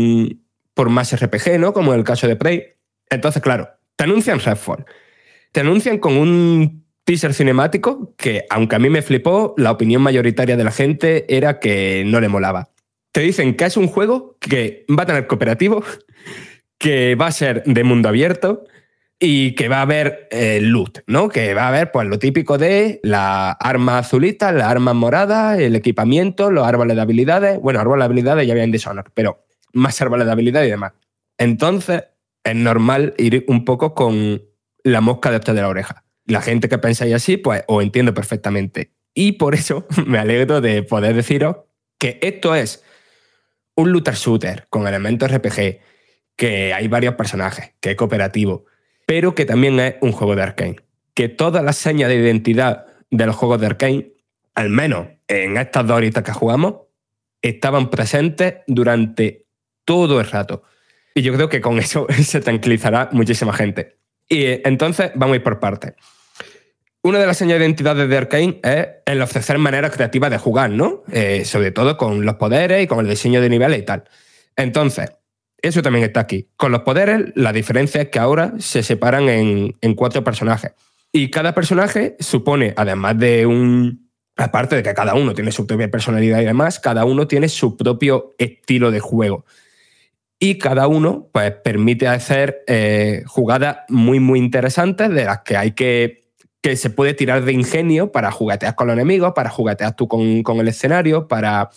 más RPG, ¿no? Como en el caso de Prey. Entonces, claro, te anuncian Redfall. Te anuncian con un teaser cinemático que, aunque a mí me flipó, la opinión mayoritaria de la gente era que no le molaba. Te dicen que es un juego que va a tener cooperativo, que va a ser de mundo abierto y que va a haber loot, ¿no? Que va a haber pues lo típico de la arma azulita, la arma morada, el equipamiento, los árboles de habilidades. Bueno, árboles de habilidades ya había en Dishonored, pero más árboles de habilidades y demás. Entonces, es normal ir un poco con la mosca detrás de la oreja. La gente que pensáis así, pues os entiendo perfectamente. Y por eso me alegro de poder deciros que esto es un looter shooter con elementos RPG, que hay varios personajes, que es cooperativo, pero que también es un juego de Arkane. Que todas las señas de identidad de los juegos de Arkane, al menos en estas 2 horitas que jugamos, estaban presentes durante todo el rato. Y yo creo que con eso se tranquilizará muchísima gente. Y entonces vamos a ir por partes. una de las señas de identidades de Arkane es el ofrecer maneras creativas de jugar, ¿no? Sobre todo con los poderes y con el diseño de niveles y tal. Entonces, eso también está aquí. Con los poderes, la diferencia es que ahora se separan en 4 personajes. Y cada personaje supone, además de aparte de que cada uno tiene su propia personalidad y demás, cada uno tiene su propio estilo de juego. Y cada uno pues, permite hacer jugadas muy, muy interesantes de las que hay que se puede tirar de ingenio para juguetear con los enemigos, para juguetear tú con el escenario, para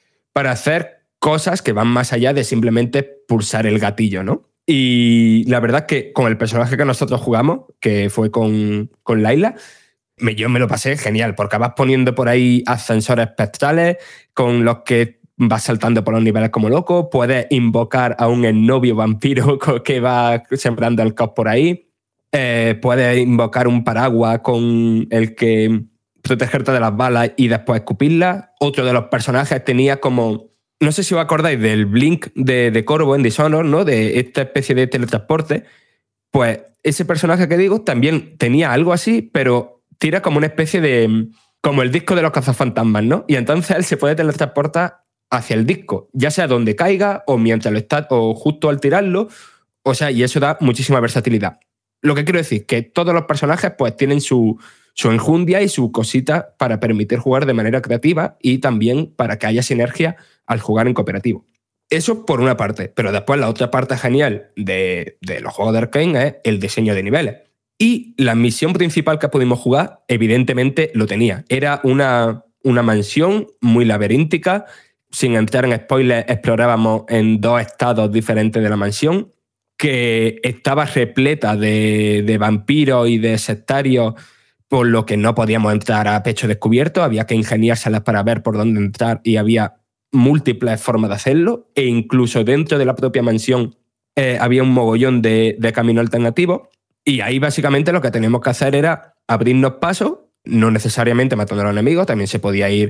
hacer cosas que van más allá de simplemente pulsar el gatillo, ¿no? Y la verdad es que con el personaje que nosotros jugamos, que fue con Layla, yo me lo pasé genial, porque vas poniendo por ahí ascensores espectrales con los que vas saltando por los niveles como loco, puedes invocar a un exnovio vampiro que va sembrando el caos por ahí, puedes invocar un paraguas con el que protegerte de las balas y después escupirlas. Otro de los personajes tenía como... No sé si os acordáis del blink de Corvo en Dishonored, ¿no? De esta especie de teletransporte. Pues ese personaje que digo también tenía algo así, pero tira como una especie de... como el disco de los cazafantasmas, ¿no? Y entonces él se puede teletransportar hacia el disco, ya sea donde caiga o mientras lo está, o justo al tirarlo. O sea, y eso da muchísima versatilidad. Lo que quiero decir, que todos los personajes pues tienen su enjundia y su cosita para permitir jugar de manera creativa y también para que haya sinergia al jugar en cooperativo. Eso por una parte, pero después la otra parte genial de los juegos de Arkane es el diseño de niveles. Y la misión principal que pudimos jugar, evidentemente lo tenía. Era una mansión muy laberíntica. Sin entrar en spoilers, explorábamos en 2 estados diferentes de la mansión, que estaba repleta de vampiros y de sectarios, por lo que no podíamos entrar a pecho descubierto, había que ingeniárselas para ver por dónde entrar y había múltiples formas de hacerlo, e incluso dentro de la propia mansión había un mogollón de camino alternativo, y ahí básicamente lo que teníamos que hacer era abrirnos paso, no necesariamente matando a los enemigos, también se podía ir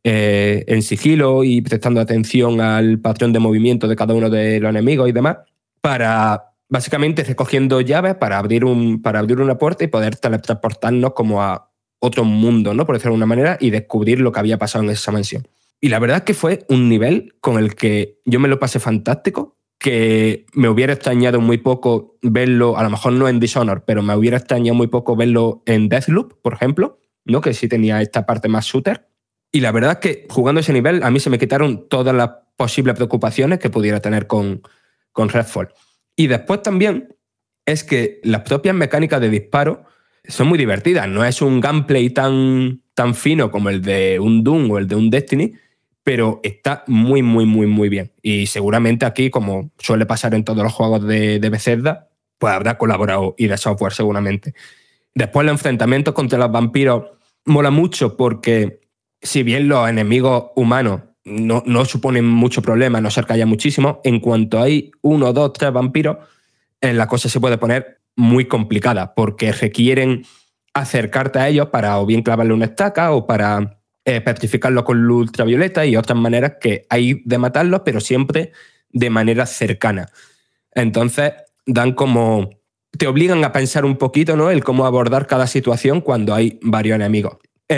en sigilo y prestando atención al patrón de movimiento de cada uno de los enemigos y demás, para básicamente recogiendo llaves para abrir una puerta y poder teletransportarnos como a otro mundo, ¿no? Por decirlo de alguna manera, y descubrir lo que había pasado en esa mansión. Y la verdad es que fue un nivel con el que yo me lo pasé fantástico, que me hubiera extrañado muy poco verlo, a lo mejor no en Dishonored, pero me hubiera extrañado muy poco verlo en Deathloop, por ejemplo, ¿no? Que sí tenía esta parte más shooter. Y la verdad es que jugando ese nivel a mí se me quitaron todas las posibles preocupaciones que pudiera tener con Redfall. Y después también es que las propias mecánicas de disparo son muy divertidas. No es un gameplay tan fino como el de un Doom o el de un Destiny, pero está muy, muy, muy, muy bien. Y seguramente aquí, como suele pasar en todos los juegos de Bethesda, pues habrá colaborado id Software seguramente. Después los enfrentamientos contra los vampiros mola mucho porque si bien los enemigos humanos no suponen mucho problema, a no ser que haya muchísimos, en cuanto hay 1, 2, 3 vampiros, la cosa se puede poner muy complicada porque requieren acercarte a ellos para o bien clavarle una estaca o para petrificarlos con luz ultravioleta y otras maneras que hay de matarlos, pero siempre de manera cercana. Entonces dan como... te obligan a pensar un poquito, ¿no? El cómo abordar cada situación cuando hay varios enemigos.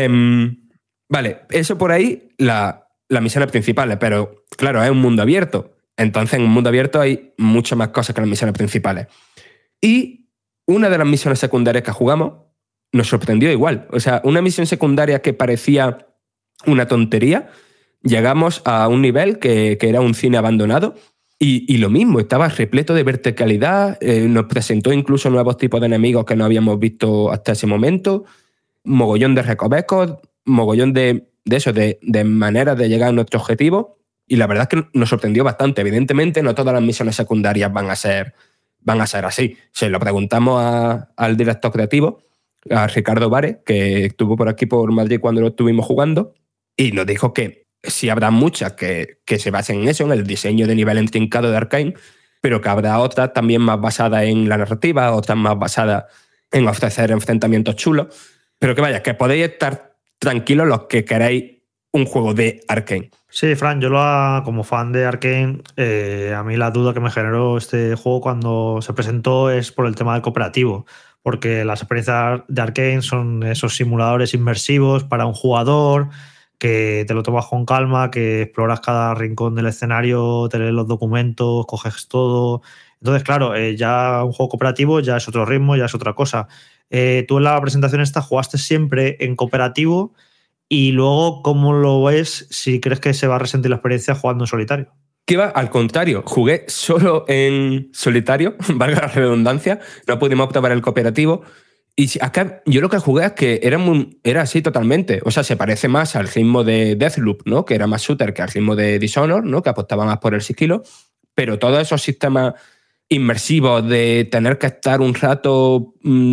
Vale, eso por ahí, las misiones principales, pero claro, es un mundo abierto. Entonces, en un mundo abierto hay muchas más cosas que las misiones principales. Y una de las misiones secundarias que jugamos nos sorprendió igual. O sea, una misión secundaria que parecía una tontería, llegamos a un nivel que era un cine abandonado y lo mismo, estaba repleto de verticalidad, nos presentó incluso nuevos tipos de enemigos que no habíamos visto hasta ese momento, mogollón de recovecos, mogollón de maneras de llegar a nuestro objetivo, y la verdad es que nos sorprendió bastante. Evidentemente no todas las misiones secundarias van a ser así. Se lo preguntamos al director creativo, a Ricardo Vare, que estuvo por aquí por Madrid cuando lo estuvimos jugando, y nos dijo que sí habrá muchas que se basen en eso, en el diseño de nivel intrincado de Arkane, pero que habrá otras también más basadas en la narrativa, otras más basadas en ofrecer enfrentamientos chulos, pero que vaya, que podéis estar tranquilos los que queréis un juego de Arkane. Sí, Fran, yo como fan de Arkane, a mí la duda que me generó este juego cuando se presentó es por el tema del cooperativo, porque las experiencias de Arcane son esos simuladores inmersivos para un jugador, que te lo tomas con calma, que exploras cada rincón del escenario, te lees los documentos, coges todo. Entonces, claro, ya un juego cooperativo ya es otro ritmo, ya es otra cosa. Tú en la presentación esta jugaste siempre en cooperativo y luego, ¿cómo lo ves si crees que se va a resentir la experiencia jugando en solitario? Que va al contrario, jugué solo en solitario, valga la redundancia, no pudimos optar para el cooperativo. Y acá yo lo que jugué es que era así totalmente. O sea, se parece más al ritmo de Deathloop, ¿no? Que era más shooter que al ritmo de Dishonored, ¿no? Que apostaba más por el sigilo. Pero todos esos sistemas inmersivos de tener que estar un rato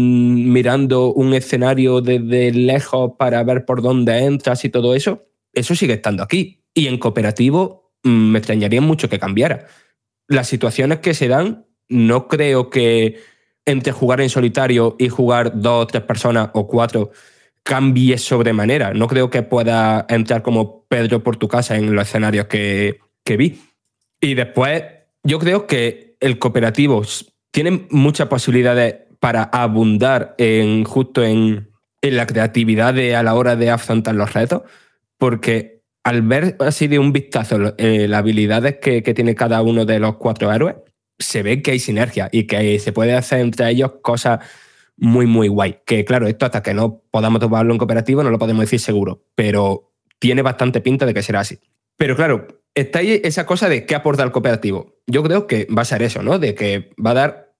mirando un escenario desde lejos para ver por dónde entras y todo eso, eso sigue estando aquí. Y en cooperativo me extrañaría mucho que cambiara. Las situaciones que se dan, no creo que entre jugar en solitario y jugar 2 o 3 personas o 4 cambie sobremanera. No creo que pueda entrar como Pedro por tu casa en los escenarios que vi. Y después, yo creo que el cooperativo tiene muchas posibilidades para abundar justo en la creatividad a la hora de afrontar los retos, porque al ver así de un vistazo las habilidades que tiene cada uno de los 4 héroes, se ve que hay sinergia y que se puede hacer entre ellos cosas muy, muy guay. Que claro, esto hasta que no podamos tomarlo en cooperativo no lo podemos decir seguro, pero tiene bastante pinta de que será así. Pero claro, está ahí esa cosa de qué aporta el cooperativo. Yo creo que va a ser eso, ¿no? De que va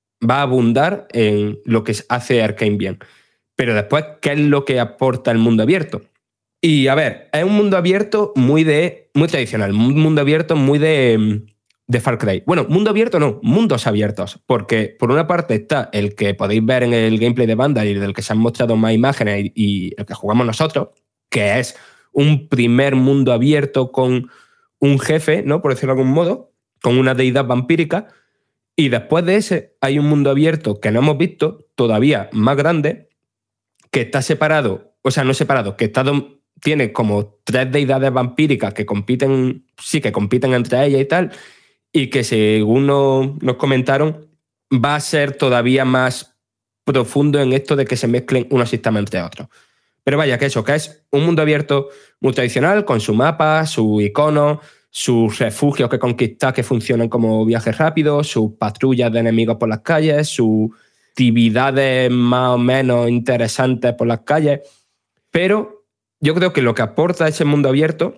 a abundar en lo que hace Arcane bien. Pero después, ¿qué es lo que aporta el mundo abierto? Y a ver, es un mundo abierto muy tradicional, un mundo abierto muy de Far Cry. Bueno, mundo abierto no, mundos abiertos, porque por una parte está el que podéis ver en el gameplay de Vandal y del que se han mostrado más imágenes y el que jugamos nosotros, que es un primer mundo abierto con un jefe, ¿no? Por decirlo de algún modo, con una deidad vampírica, y después de ese hay un mundo abierto que no hemos visto, todavía más grande, que está separado, o sea, no separado, que tiene como 3 deidades vampíricas que compiten entre ellas y tal, y que según nos comentaron va a ser todavía más profundo en esto de que se mezclen unos sistemas entre otros. Pero vaya, que es un mundo abierto muy tradicional, con su mapa, su icono, sus refugios que conquistas que funcionan como viajes rápidos, sus patrullas de enemigos por las calles, sus actividades más o menos interesantes por las calles. Pero yo creo que lo que aporta ese mundo abierto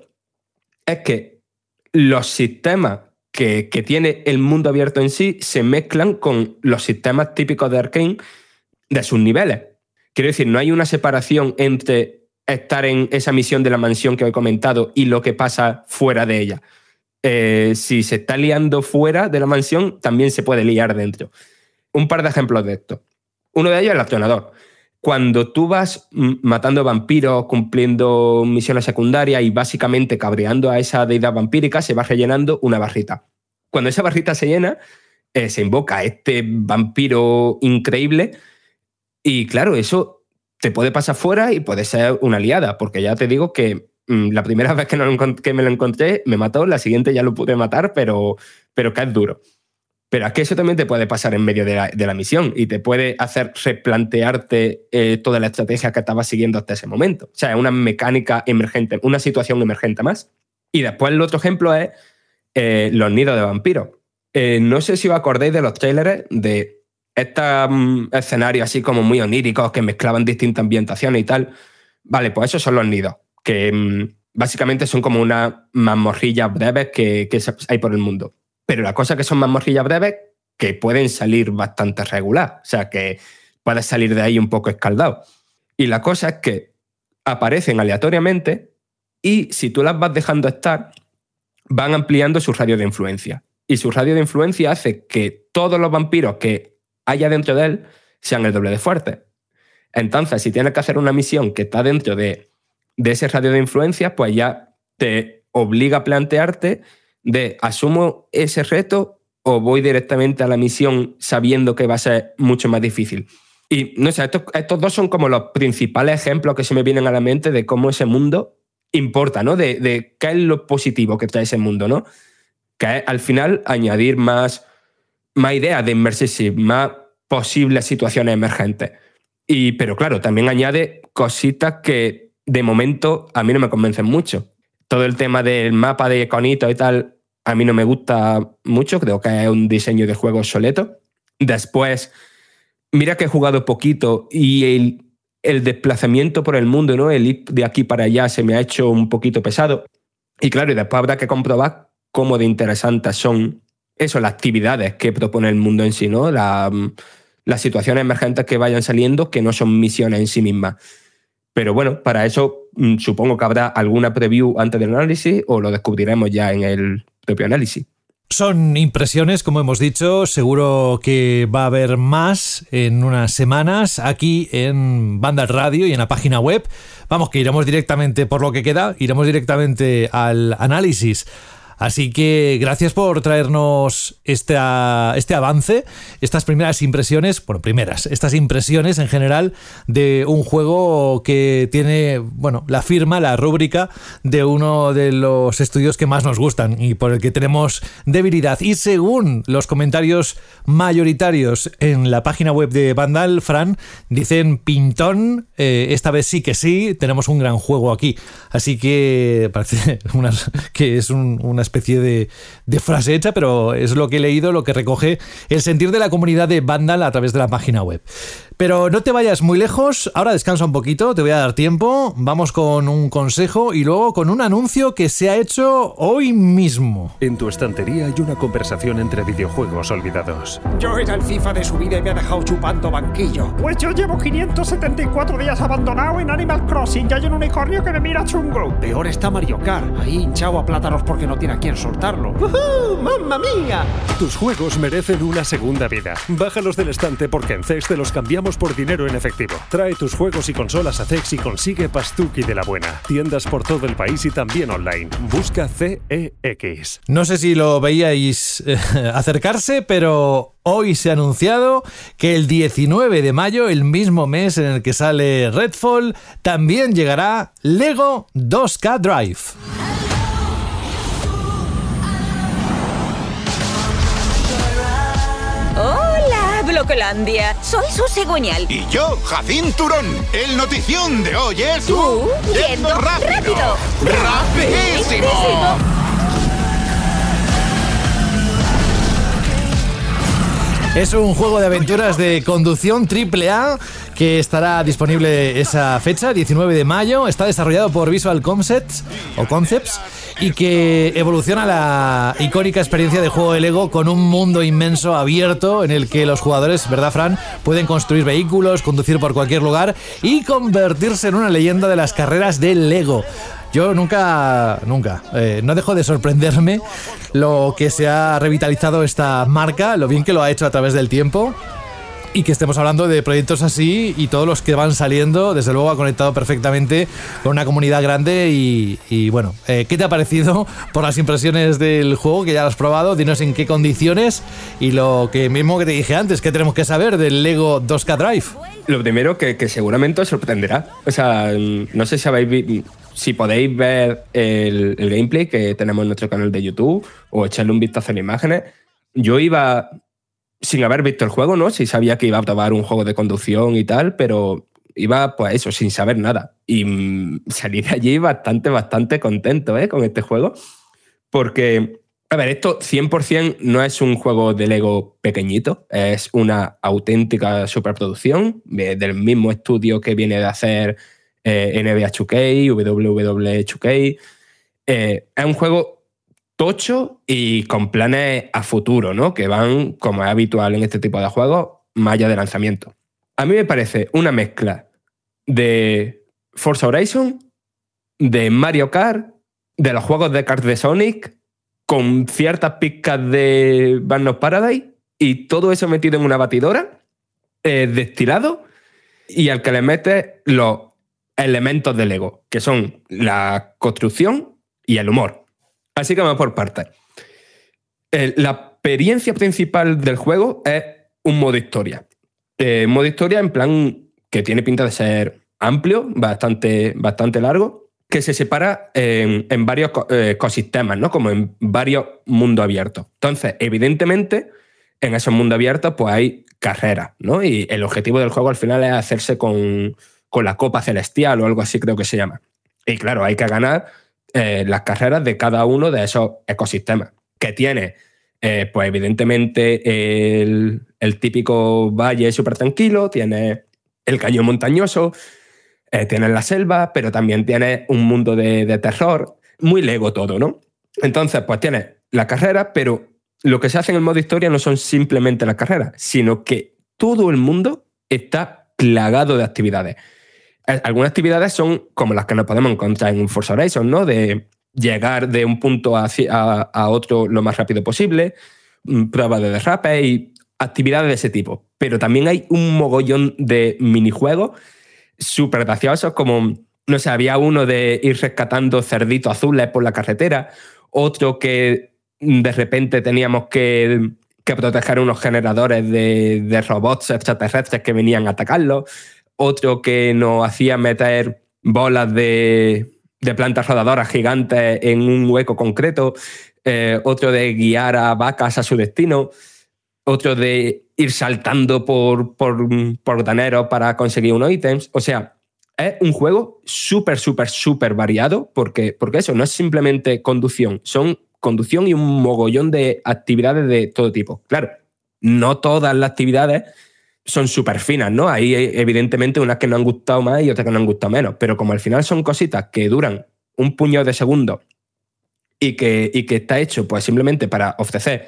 es que los sistemas que tiene el mundo abierto en sí se mezclan con los sistemas típicos de Arcane de sus niveles. Quiero decir, no hay una separación entre estar en esa misión de la mansión que he comentado y lo que pasa fuera de ella. Si se está liando fuera de la mansión, también se puede liar dentro. Un par de ejemplos de esto. Uno de ellos es el accionador. Cuando tú vas matando vampiros, cumpliendo misiones secundarias y básicamente cabreando a esa deidad vampírica, se va rellenando una barrita. Cuando esa barrita se llena, se invoca a este vampiro increíble y claro, eso te puede pasar fuera y puede ser una liada, porque ya te digo que la primera vez que me lo encontré me mató, la siguiente ya lo pude matar, pero que es duro. Pero aquí eso también te puede pasar en medio de la misión y te puede hacer replantearte toda la estrategia que estabas siguiendo hasta ese momento. O sea, es una mecánica emergente, una situación emergente más. Y después el otro ejemplo es los nidos de vampiros. No sé si os acordáis de los trailers de estos escenarios así como muy oníricos que mezclaban distintas ambientaciones y tal. Vale, pues esos son los nidos, que básicamente son como unas mazmorrillas breves que hay por el mundo. Pero la cosa que son mazmorrillas breves que pueden salir bastante regular. O sea, que puedes salir de ahí un poco escaldado. Y la cosa es que aparecen aleatoriamente y si tú las vas dejando estar, van ampliando su radio de influencia. Y su radio de influencia hace que todos los vampiros que haya dentro de él sean el doble de fuertes. Entonces, si tienes que hacer una misión que está dentro de ese radio de influencia, pues ya te obliga a plantearte de ¿asumo ese reto o voy directamente a la misión sabiendo que va a ser mucho más difícil? Y no sé, estos dos son como los principales ejemplos que se me vienen a la mente de cómo ese mundo importa, ¿no? De qué es lo positivo que trae ese mundo, ¿no? Que es al final añadir más ideas de immersive, más posibles situaciones emergentes. Pero claro, también añade cositas que de momento a mí no me convencen mucho. Todo el tema del mapa de iconitos y tal, a mí no me gusta mucho, creo que es un diseño de juego obsoleto. Después, mira que he jugado poquito y el desplazamiento por el mundo, ¿no? El ir de aquí para allá se me ha hecho un poquito pesado. Y claro, y después habrá que comprobar cómo de interesantes son eso, las actividades que propone el mundo en sí, ¿no? Las situaciones emergentes que vayan saliendo, que no son misiones en sí mismas. Pero bueno, para eso supongo que habrá alguna preview antes del análisis o lo descubriremos ya en el propio análisis. Son impresiones, como hemos dicho, seguro que va a haber más en unas semanas aquí en Vandal Radio y en la página web. Vamos, que iremos directamente por lo que queda, iremos directamente al análisis. Así que gracias por traernos este avance, estas primeras impresiones, estas impresiones en general de un juego que tiene, la firma, la rúbrica de uno de los estudios que más nos gustan y por el que tenemos debilidad. Y según los comentarios mayoritarios en la página web de Vandal, Fran, dicen pintón, esta vez sí que sí, tenemos un gran juego aquí. Así que parece que es una especie de frase hecha, pero es lo que he leído, lo que recoge el sentir de la comunidad de Vandal a través de la página web. Pero no te vayas muy lejos, ahora descansa un poquito, te voy a dar tiempo, vamos con un consejo y luego con un anuncio que se ha hecho hoy mismo. En tu estantería hay una conversación entre videojuegos olvidados. Yo era el FIFA de su vida y me ha dejado chupando banquillo. Pues yo llevo 574 días abandonado en Animal Crossing y hay un unicornio que me mira chungo. Peor está Mario Kart, ahí hinchado a plátanos porque no tiene a quién soltarlo. ¡Uhú! ¡Mamma mía! Tus juegos merecen una segunda vida. Bájalos del estante porque en CEX te los cambiamos por dinero en efectivo. Trae tus juegos y consolas a CEX y consigue Pastuki de la buena. Tiendas por todo el país y también online. Busca CEX. No sé si lo veíais acercarse, pero hoy se ha anunciado que el 19 de mayo, el mismo mes en el que sale Redfall, también llegará Lego 2K Drive. Blocolandia, soy Susi Guñal. Y yo, Jacín Turón. El notición de hoy es... ¡Tú! ¡Yendo rápido! ¡Rapidísimo! Es un juego de aventuras de conducción AAA que estará disponible esa fecha, 19 de mayo. Está desarrollado por Visual Concepts y que evoluciona la icónica experiencia de juego de Lego con un mundo inmenso abierto en el que los jugadores, ¿verdad, Fran?, pueden construir vehículos, conducir por cualquier lugar y convertirse en una leyenda de las carreras de Lego. Yo nunca, no dejo de sorprenderme lo que se ha revitalizado esta marca, lo bien que lo ha hecho a través del tiempo. Y que estemos hablando de proyectos así y todos los que van saliendo, desde luego ha conectado perfectamente con una comunidad grande y bueno, ¿qué te ha parecido por las impresiones del juego, que ya lo has probado? Dinos en qué condiciones y lo que mismo que te dije antes, ¿qué tenemos que saber del Lego 2K Drive? Lo primero que seguramente os sorprenderá, o sea, no sé si podéis ver el gameplay que tenemos en nuestro canal de YouTube o echarle un vistazo en imágenes. Yo iba sin haber visto el juego, ¿no? Sí sabía que iba a probar un juego de conducción y tal, pero iba, pues eso, sin saber nada. Y salí de allí bastante contento, con este juego. Porque, a ver, esto 100% no es un juego de Lego pequeñito, es una auténtica superproducción del mismo estudio que viene de hacer NBA 2K, WWE 2K. Es un juego tocho y con planes a futuro, ¿no? Que van, como es habitual en este tipo de juegos, más allá de lanzamiento. A mí me parece una mezcla de Forza Horizon, de Mario Kart, de los juegos de cartas de Sonic, con ciertas pizcas de Burnout Paradise, y todo eso metido en una batidora, destilado, y al que le metes los elementos de Lego, que son la construcción y el humor. Así que vamos por partes. La experiencia principal del juego es un modo historia. Modo historia en plan que tiene pinta de ser amplio, bastante largo, que se separa en varios ecosistemas, ¿no? Como en varios mundos abiertos. Entonces, evidentemente, en esos mundos abiertos pues hay carreras, ¿no? Y el objetivo del juego al final es hacerse con la Copa Celestial o algo así creo que se llama. Y claro, hay que ganar las carreras de cada uno de esos ecosistemas que tiene, pues evidentemente el típico valle súper tranquilo, tiene el cañón montañoso, tiene la selva, pero también tiene un mundo de terror, muy Lego todo, ¿no? Entonces, pues tiene las carreras, pero lo que se hace en el modo historia no son simplemente las carreras, sino que todo el mundo está plagado de actividades. Algunas actividades son como las que nos podemos encontrar en un Forza Horizon, ¿no? De llegar de un punto a otro lo más rápido posible, pruebas de derrape y actividades de ese tipo. Pero también hay un mogollón de minijuegos súper graciosos, como, no sé, había uno de ir rescatando cerditos azules por la carretera, otro que de repente teníamos que proteger unos generadores de robots extraterrestres que venían a atacarlos, otro que nos hacía meter bolas de plantas rodadoras gigantes en un hueco concreto, otro de guiar a vacas a su destino, otro de ir saltando por graneros para conseguir unos ítems. O sea, es un juego súper, súper, súper variado porque eso no es simplemente conducción, son conducción y un mogollón de actividades de todo tipo. Claro, no todas las actividades son súper finas, ¿no? Hay evidentemente unas que nos han gustado más y otras que nos han gustado menos, pero como al final son cositas que duran un puñado de segundos y que está hecho pues simplemente para ofrecer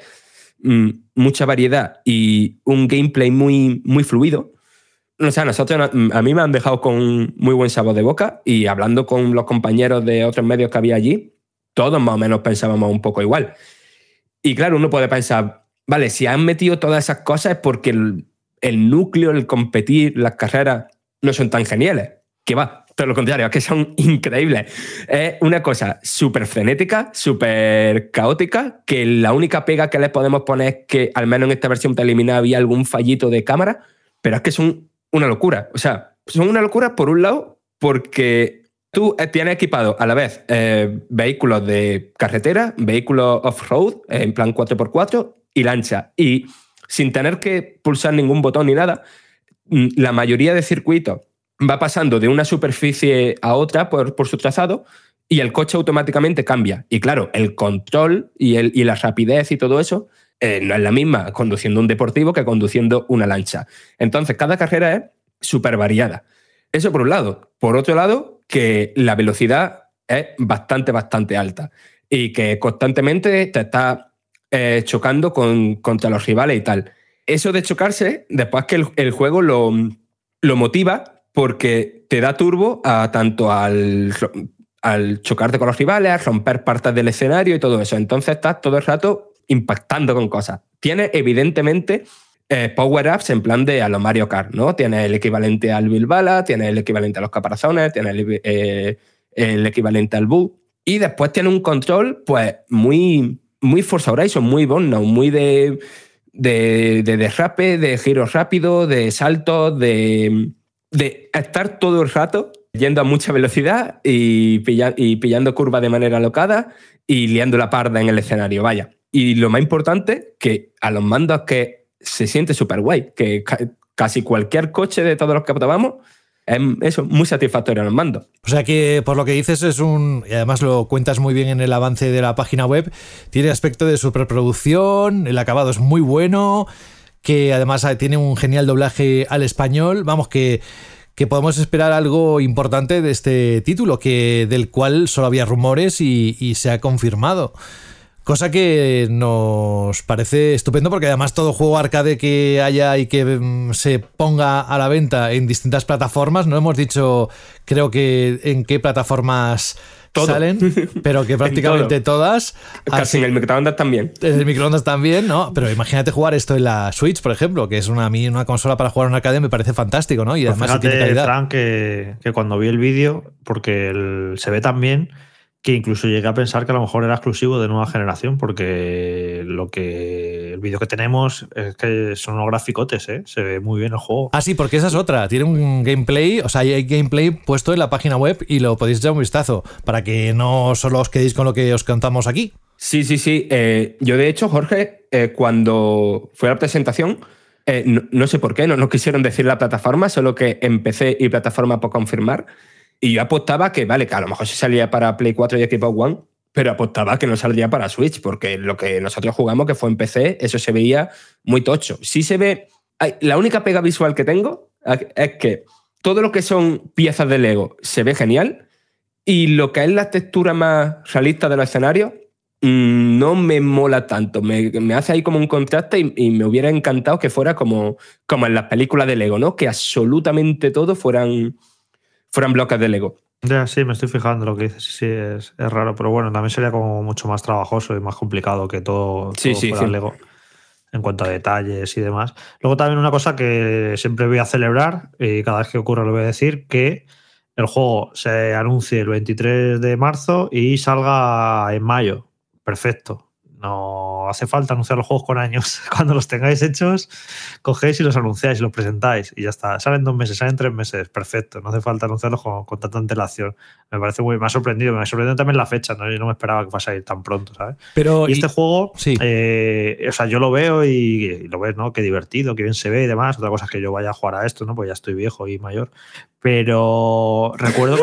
mucha variedad y un gameplay muy, muy fluido. O sea, a mí me han dejado con muy buen sabor de boca, y hablando con los compañeros de otros medios que había allí, todos más o menos pensábamos un poco igual. Y claro, uno puede pensar, vale, si han metido todas esas cosas es porque el núcleo, el competir, las carreras no son tan geniales. Que va, todo lo contrario, es que son increíbles. Es una cosa súper frenética, súper caótica, que la única pega que les podemos poner es que al menos en esta versión preliminar había algún fallito de cámara, pero es que son una locura. O sea, son una locura por un lado porque tú tienes equipado a la vez vehículos de carretera, vehículos off-road, en plan 4x4 y lancha. Y sin tener que pulsar ningún botón ni nada, la mayoría de circuitos va pasando de una superficie a otra por su trazado y el coche automáticamente cambia. Y claro, el control y la rapidez y todo eso no es la misma conduciendo un deportivo que conduciendo una lancha. Entonces, cada carrera es súper variada. Eso por un lado. Por otro lado, que la velocidad es bastante, bastante alta y que constantemente te está chocando contra los rivales y tal. Eso de chocarse, después que el juego lo motiva porque te da turbo tanto al chocarte con los rivales, a romper partes del escenario y todo eso. Entonces estás todo el rato impactando con cosas. Tienes evidentemente power-ups en plan de a los Mario Kart, ¿no? Tienes el equivalente al Bilbala, tienes el equivalente a los caparazones, tienes el equivalente al Boo. Y después tiene un control pues muy, muy Forza Horizon, muy Burnout, muy de derrape, de giro rápido, de saltos, de estar todo el rato yendo a mucha velocidad y pillando curvas de manera alocada y liando la parda en el escenario, vaya. Y lo más importante, que a los mandos que se siente súper guay, que casi cualquier coche de todos los que probamos es eso, muy satisfactorio a los mandos. O sea que por lo que dices y además lo cuentas muy bien en el avance de la página web, tiene aspecto de superproducción, el acabado es muy bueno, que además tiene un genial doblaje al español. Vamos, que podemos esperar algo importante de este título, del cual solo había rumores y se ha confirmado. Cosa que nos parece estupendo porque además todo juego arcade que haya y que se ponga a la venta en distintas plataformas, no hemos dicho creo que en qué plataformas salen, pero que prácticamente todas. Casi en el microondas también. En el microondas también, ¿no? Pero imagínate jugar esto en la Switch, por ejemplo, que es una consola para jugar en arcade, me parece fantástico, ¿no? Y pues además fíjate, tiene calidad. Fran, que cuando vi el vídeo, porque se ve tan bien que incluso llegué a pensar que a lo mejor era exclusivo de nueva generación, porque lo que el vídeo que tenemos es que son unos graficotes, ¿eh? Se ve muy bien el juego. Ah, sí, porque esa es otra. Tiene un gameplay, o sea, hay gameplay puesto en la página web y lo podéis echar un vistazo para que no solo os quedéis con lo que os contamos aquí. Sí. Yo, de hecho, Jorge, cuando fue a la presentación, no sé por qué, no quisieron decir la plataforma, solo que empecé y plataforma por confirmar. Y yo apostaba que, vale, que a lo mejor se salía para Play 4 y Xbox One, pero apostaba que no saldría para Switch, porque lo que nosotros jugamos, que fue en PC, eso se veía muy tocho. Sí se ve... La única pega visual que tengo es que todo lo que son piezas de Lego se ve genial y lo que es la textura más realista de los escenarios no me mola tanto. Me hace ahí como un contraste y me hubiera encantado que fuera como en las películas de Lego, ¿no? Que absolutamente todo fueran bloques de Lego. Ya, sí, me estoy fijando lo que dices. Sí, es raro, pero bueno, también sería como mucho más trabajoso y más complicado que todo fuera Lego en cuanto a detalles y demás. Luego también una cosa que siempre voy a celebrar y cada vez que ocurra lo voy a decir, que el juego se anuncie el 23 de marzo y salga en mayo. Perfecto. No hace falta anunciar los juegos con años. Cuando los tengáis hechos, cogéis y los anunciáis y los presentáis y ya está. Salen 2 meses, salen 3 meses. Perfecto. No hace falta anunciarlos con tanta antelación. Me parece me ha sorprendido. Me ha sorprendido también la fecha, ¿no? Yo no me esperaba que fuese a ir tan pronto, ¿sabes? Pero, y este juego, sí. O sea, yo lo veo y lo ves, ¿no? Qué divertido, qué bien se ve y demás. Otra cosa es que yo vaya a jugar a esto, ¿no? Pues ya estoy viejo y mayor. Pero recuerdo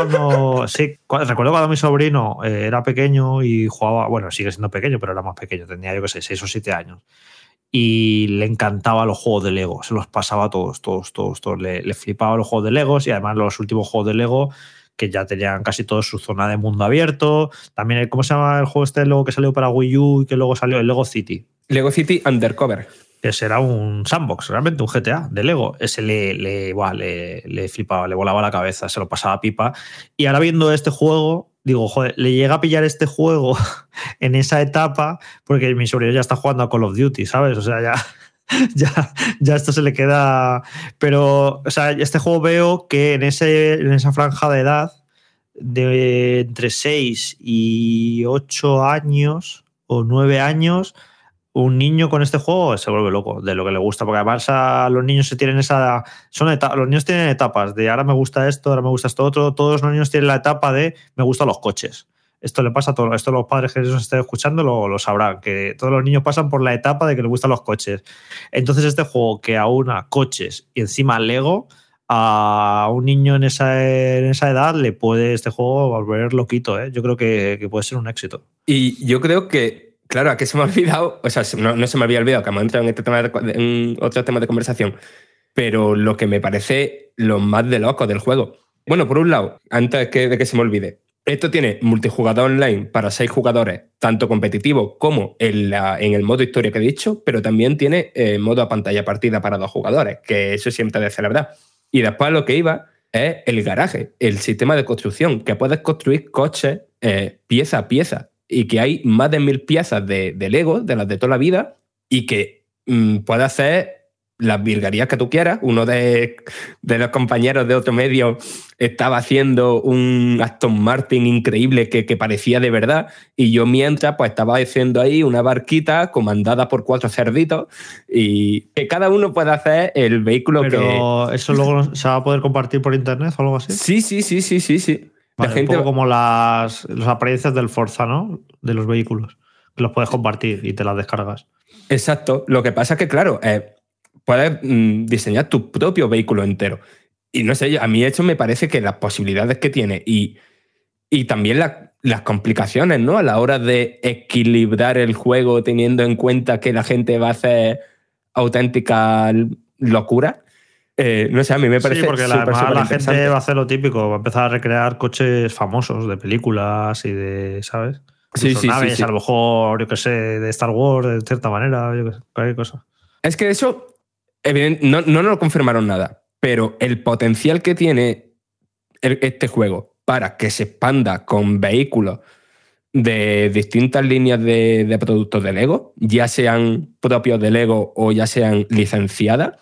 cuando mi sobrino era pequeño y jugaba, bueno, sigue siendo pequeño, pero era más pequeño, tenía yo que sé, 6 o 7 años. Y le encantaban los juegos de Lego, se los pasaba todos. Le flipaban los juegos de Legos y además los últimos juegos de Lego que ya tenían casi todos su zona de mundo abierto. También, ¿cómo se llama el juego este de Lego que salió para Wii U y que luego salió? El Lego City. Lego City Undercover. Ese era un sandbox, realmente un GTA de Lego. Ese le flipaba, le volaba la cabeza, se lo pasaba pipa. Y ahora viendo este juego, digo, joder, le llega a pillar este juego en esa etapa porque mi sobrino ya está jugando a Call of Duty, ¿sabes? O sea, ya esto se le queda... Pero, o sea, este juego veo que en esa franja de edad de entre 6 y 8 años o 9 años... Un niño con este juego se vuelve loco de lo que le gusta, porque además los niños los niños tienen etapas de ahora me gusta esto otro. Todos los niños tienen la etapa de me gustan los coches. Esto le pasa a todos. Esto los padres que nos estén escuchando lo sabrán, que todos los niños pasan por la etapa de que les gustan los coches. Entonces este juego que aúna coches y encima Lego, a un niño en esa edad le puede este juego volver loquito, ¿eh? Yo creo que puede ser un éxito. Y yo creo que claro, aquí se me ha olvidado, o sea, no se me había olvidado que hemos entrado en este tema en otro tema de conversación, pero lo que me parece lo más de loco del juego. Bueno, por un lado, antes de que se me olvide, esto tiene multijugador online para 6 jugadores, tanto competitivo como en el modo historia que he dicho, pero también tiene modo a pantalla partida para 2 jugadores, que eso siempre es de celebrar. Y después lo que iba es el garaje, el sistema de construcción, que puedes construir coches pieza a pieza. Y que hay más de 1000 piezas de Lego, de las de toda la vida, y que puedes hacer las virguerías que tú quieras. Uno de los compañeros de otro medio estaba haciendo un Aston Martin increíble que parecía de verdad, y yo mientras pues estaba haciendo ahí una barquita comandada por 4 cerditos, y que cada uno puede hacer el vehículo. Pero ¿eso luego se va a poder compartir por internet o algo así? Sí. Vale, un poco como las apariencias del Forza, ¿no? De los vehículos. Que los puedes compartir y te las descargas. Exacto. Lo que pasa es que, claro, puedes diseñar tu propio vehículo entero. Y no sé, a mí eso me parece que las posibilidades que tiene y también las complicaciones, ¿no? A la hora de equilibrar el juego teniendo en cuenta que la gente va a hacer auténtica locura. No sé, a mí me parece. Sí, porque la gente va a hacer lo típico, va a empezar a recrear coches famosos de películas y de, ¿sabes? Sí, naves, a lo mejor, yo qué sé, de Star Wars, de cierta manera, yo qué sé, cualquier cosa. Es que eso, no nos lo confirmaron nada, pero el potencial que tiene este juego para que se expanda con vehículos de distintas líneas de productos de Lego, ya sean propios de Lego o ya sean licenciadas,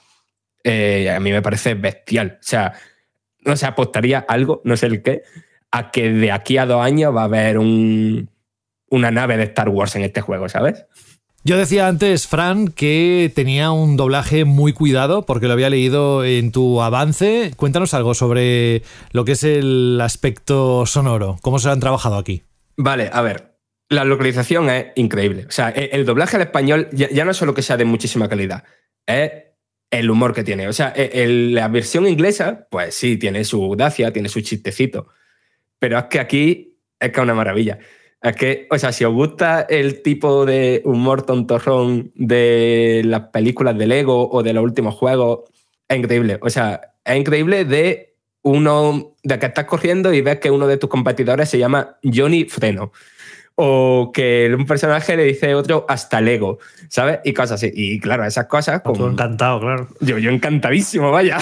a mí me parece bestial. O sea, no sé, apostaría algo, no sé el qué, a que de aquí a 2 años va a haber una nave de Star Wars en este juego, ¿sabes? Yo decía antes, Fran, que tenía un doblaje muy cuidado porque lo había leído en tu avance. Cuéntanos algo sobre lo que es el aspecto sonoro. ¿Cómo se lo han trabajado aquí? Vale, a ver. La localización es increíble. O sea, el doblaje al español ya no es solo que sea de muchísima calidad, es el humor que tiene. O sea, la versión inglesa, pues sí, tiene su audacia, tiene su chistecito. Pero es que aquí es que es una maravilla. Es que, o sea, si os gusta el tipo de humor tontorrón de las películas de Lego o de los últimos juegos, es increíble. O sea, es increíble de que estás corriendo y ves que uno de tus competidores se llama Johnny Freno. O que un personaje le dice a otro hasta Lego, ¿sabes? Y cosas así. Y claro, esas cosas... Como... encantado, claro. Yo encantadísimo, vaya.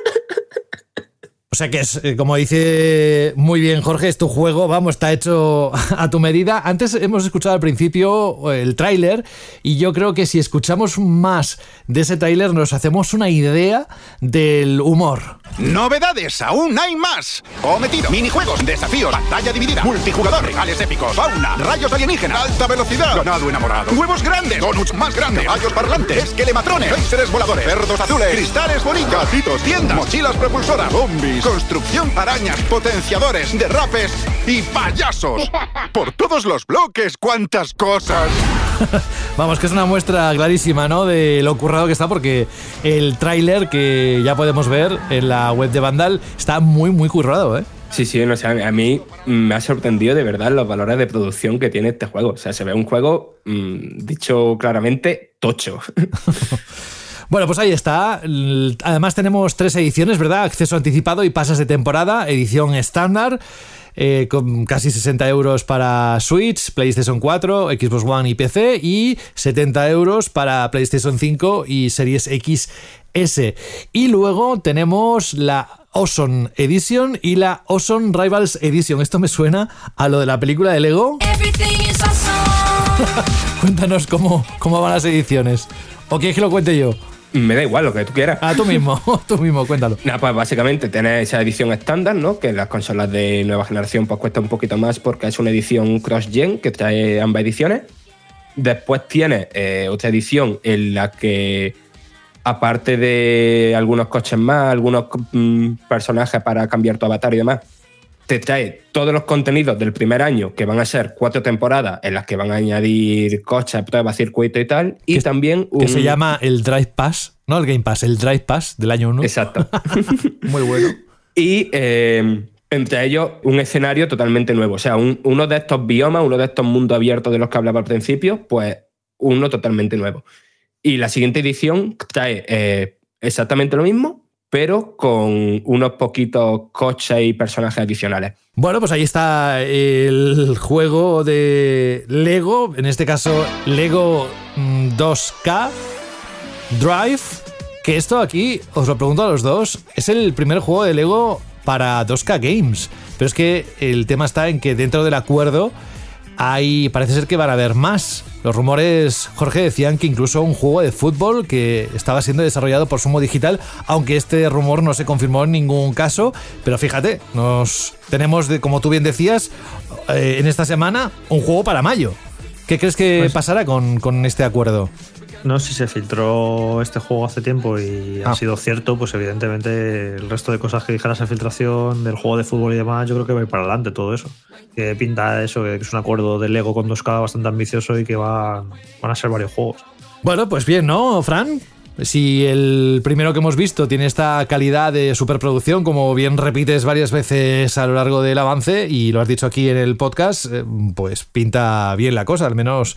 O sea que es, como dice muy bien Jorge, es tu juego, vamos, está hecho a tu medida. Antes hemos escuchado al principio el tráiler y yo creo que si escuchamos más de ese tráiler nos hacemos una idea del humor. ¡Novedades! ¡Aún hay más! Cometido, minijuegos, desafíos, pantalla dividida, multijugador, regales épicos, fauna, rayos alienígenas, alta velocidad, ganado enamorado, huevos grandes, donuts más grandes, gallos parlantes, esquelematrones, láseres voladores, cerdos azules, cristales bonitos, gatitos, tiendas, mochilas propulsoras, zombies, construcción, arañas, potenciadores, derrapes y payasos. Por todos los bloques, ¡cuántas cosas! Vamos, que es una muestra clarísima, ¿no?, de lo currado que está, porque el tráiler que ya podemos ver en la web de Vandal está muy, muy currado, ¿eh? Sí, no, o sea, a mí me ha sorprendido de verdad los valores de producción que tiene este juego. O sea, se ve un juego, dicho claramente, tocho. Bueno, pues ahí está. Además tenemos 3 ediciones, ¿verdad? Acceso anticipado y pases de temporada. Edición estándar, con casi 60 euros para Switch, PlayStation 4, Xbox One y PC, y 70 euros para PlayStation 5 y Series XS. Y luego tenemos la Awesome Edition y la Awesome Rivals Edition. Esto me suena a lo de la película de Lego. Cuéntanos cómo van las ediciones. ¿O quieres que lo cuente yo? Me da igual, lo que tú quieras. Tú mismo, cuéntalo. Nada, pues básicamente tienes esa edición estándar, ¿no? Que en las consolas de nueva generación pues cuesta un poquito más porque es una edición cross-gen que trae ambas ediciones. Después tienes otra edición en la que, aparte de algunos coches más, algunos personajes para cambiar tu avatar y demás, te trae todos los contenidos del primer año, que van a ser 4 temporadas en las que van a añadir coches, pruebas, circuito y tal, y también que se llama el Drive Pass, no el Game Pass, el Drive Pass del año 1. Exacto. Muy bueno. Y entre ellos un escenario totalmente nuevo, o sea, uno de estos biomas, uno de estos mundos abiertos de los que hablaba al principio, pues uno totalmente nuevo. Y la siguiente edición trae exactamente lo mismo, pero con unos poquitos coches y personajes adicionales. Bueno, pues ahí está el juego de Lego, en este caso Lego 2K Drive, que esto aquí, os lo pregunto a los dos, es el primer juego de Lego para 2K Games, pero es que el tema está en que dentro del acuerdo parece ser que van a haber más. Los rumores, Jorge, decían que incluso un juego de fútbol que estaba siendo desarrollado por Sumo Digital, aunque este rumor no se confirmó en ningún caso. Pero fíjate, tenemos, como tú bien decías, en esta semana un juego para mayo. ¿Qué crees que pasará con este acuerdo? No sé si se filtró este juego hace tiempo y ha sido cierto, pues evidentemente el resto de cosas que dijera esa filtración del juego de fútbol y demás, yo creo que va a ir para adelante todo eso. Que pinta eso, que es un acuerdo de Lego con 2K bastante ambicioso y que van a ser varios juegos. Bueno, pues bien, ¿no, Fran? Si el primero que hemos visto tiene esta calidad de superproducción, como bien repites varias veces a lo largo del avance, y lo has dicho aquí en el podcast, pues pinta bien la cosa, al menos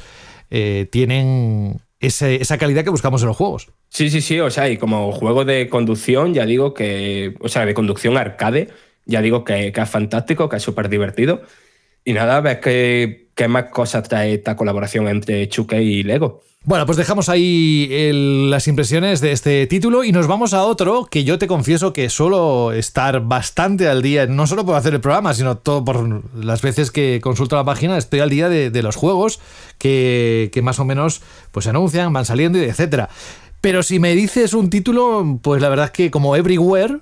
tienen esa calidad que buscamos en los juegos. Sí, o sea, y como juego de conducción, ya digo que, o sea, de conducción arcade, ya digo que es fantástico, que es súper divertido. Y nada, ves que más cosas trae esta colaboración entre 2K y Lego. Bueno, pues dejamos ahí las impresiones de este título y nos vamos a otro que yo te confieso que suelo estar bastante al día, no solo por hacer el programa, sino todo por las veces que consulto la página, estoy al día de los juegos que más o menos pues anuncian, van saliendo y etcétera. Pero si me dices un título, pues la verdad es que como Everywhere,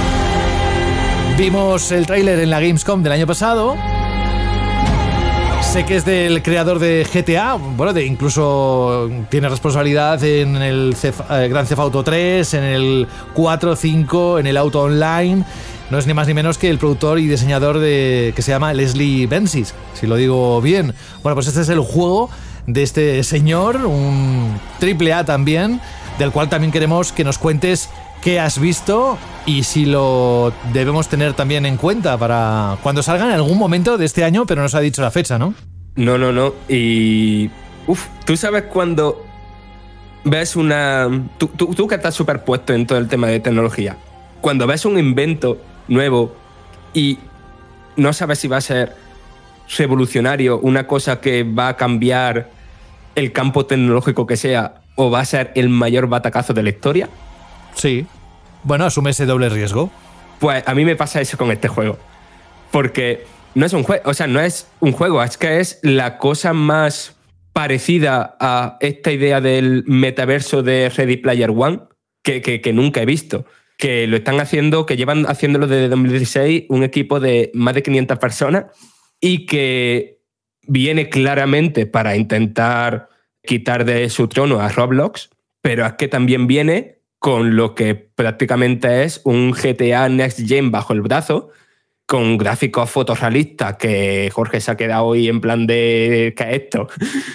vimos el tráiler en la Gamescom del año pasado, sé que es del creador de GTA, bueno, incluso tiene responsabilidad en el Grand Theft Auto 3, en el 4, 5, en el Auto Online. No es ni más ni menos que el productor y diseñador que se llama Leslie Benzies, si lo digo bien. Bueno, pues este es el juego de este señor, un AAA también, del cual también queremos que nos cuentes qué has visto y si lo debemos tener también en cuenta para cuando salga en algún momento de este año, pero no se ha dicho la fecha, ¿no? No. Y... tú sabes cuando ves una... Tú que estás superpuesto en todo el tema de tecnología. Cuando ves un invento nuevo y no sabes si va a ser revolucionario, una cosa que va a cambiar el campo tecnológico que sea, o va a ser el mayor batacazo de la historia. Sí. Bueno, asume ese doble riesgo. Pues a mí me pasa eso con este juego. Porque no es un juego, o sea, no es un juego, es que es la cosa más parecida a esta idea del metaverso de Ready Player One que nunca he visto. Que lo están haciendo, que llevan haciéndolo desde 2016 un equipo de más de 500 personas y que viene claramente para intentar quitar de su trono a Roblox, pero es que también viene con lo que prácticamente es un GTA Next Gen bajo el brazo, con gráficos fotorrealistas que Jorge se ha quedado hoy en plan de ¿qué es esto?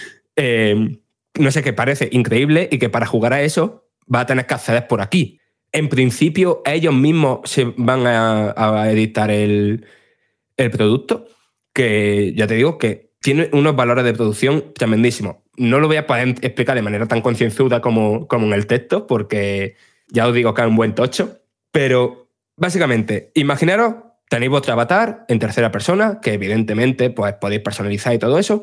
No sé, que parece increíble y que para jugar a eso va a tener que acceder por aquí. En principio, ellos mismos se van a editar el producto, que ya te digo que tiene unos valores de producción tremendísimos. No lo voy a poder explicar de manera tan concienzuda como en el texto, porque ya os digo que es un buen tocho. Pero básicamente, imaginaros, tenéis vuestro avatar en tercera persona, que evidentemente pues, podéis personalizar y todo eso,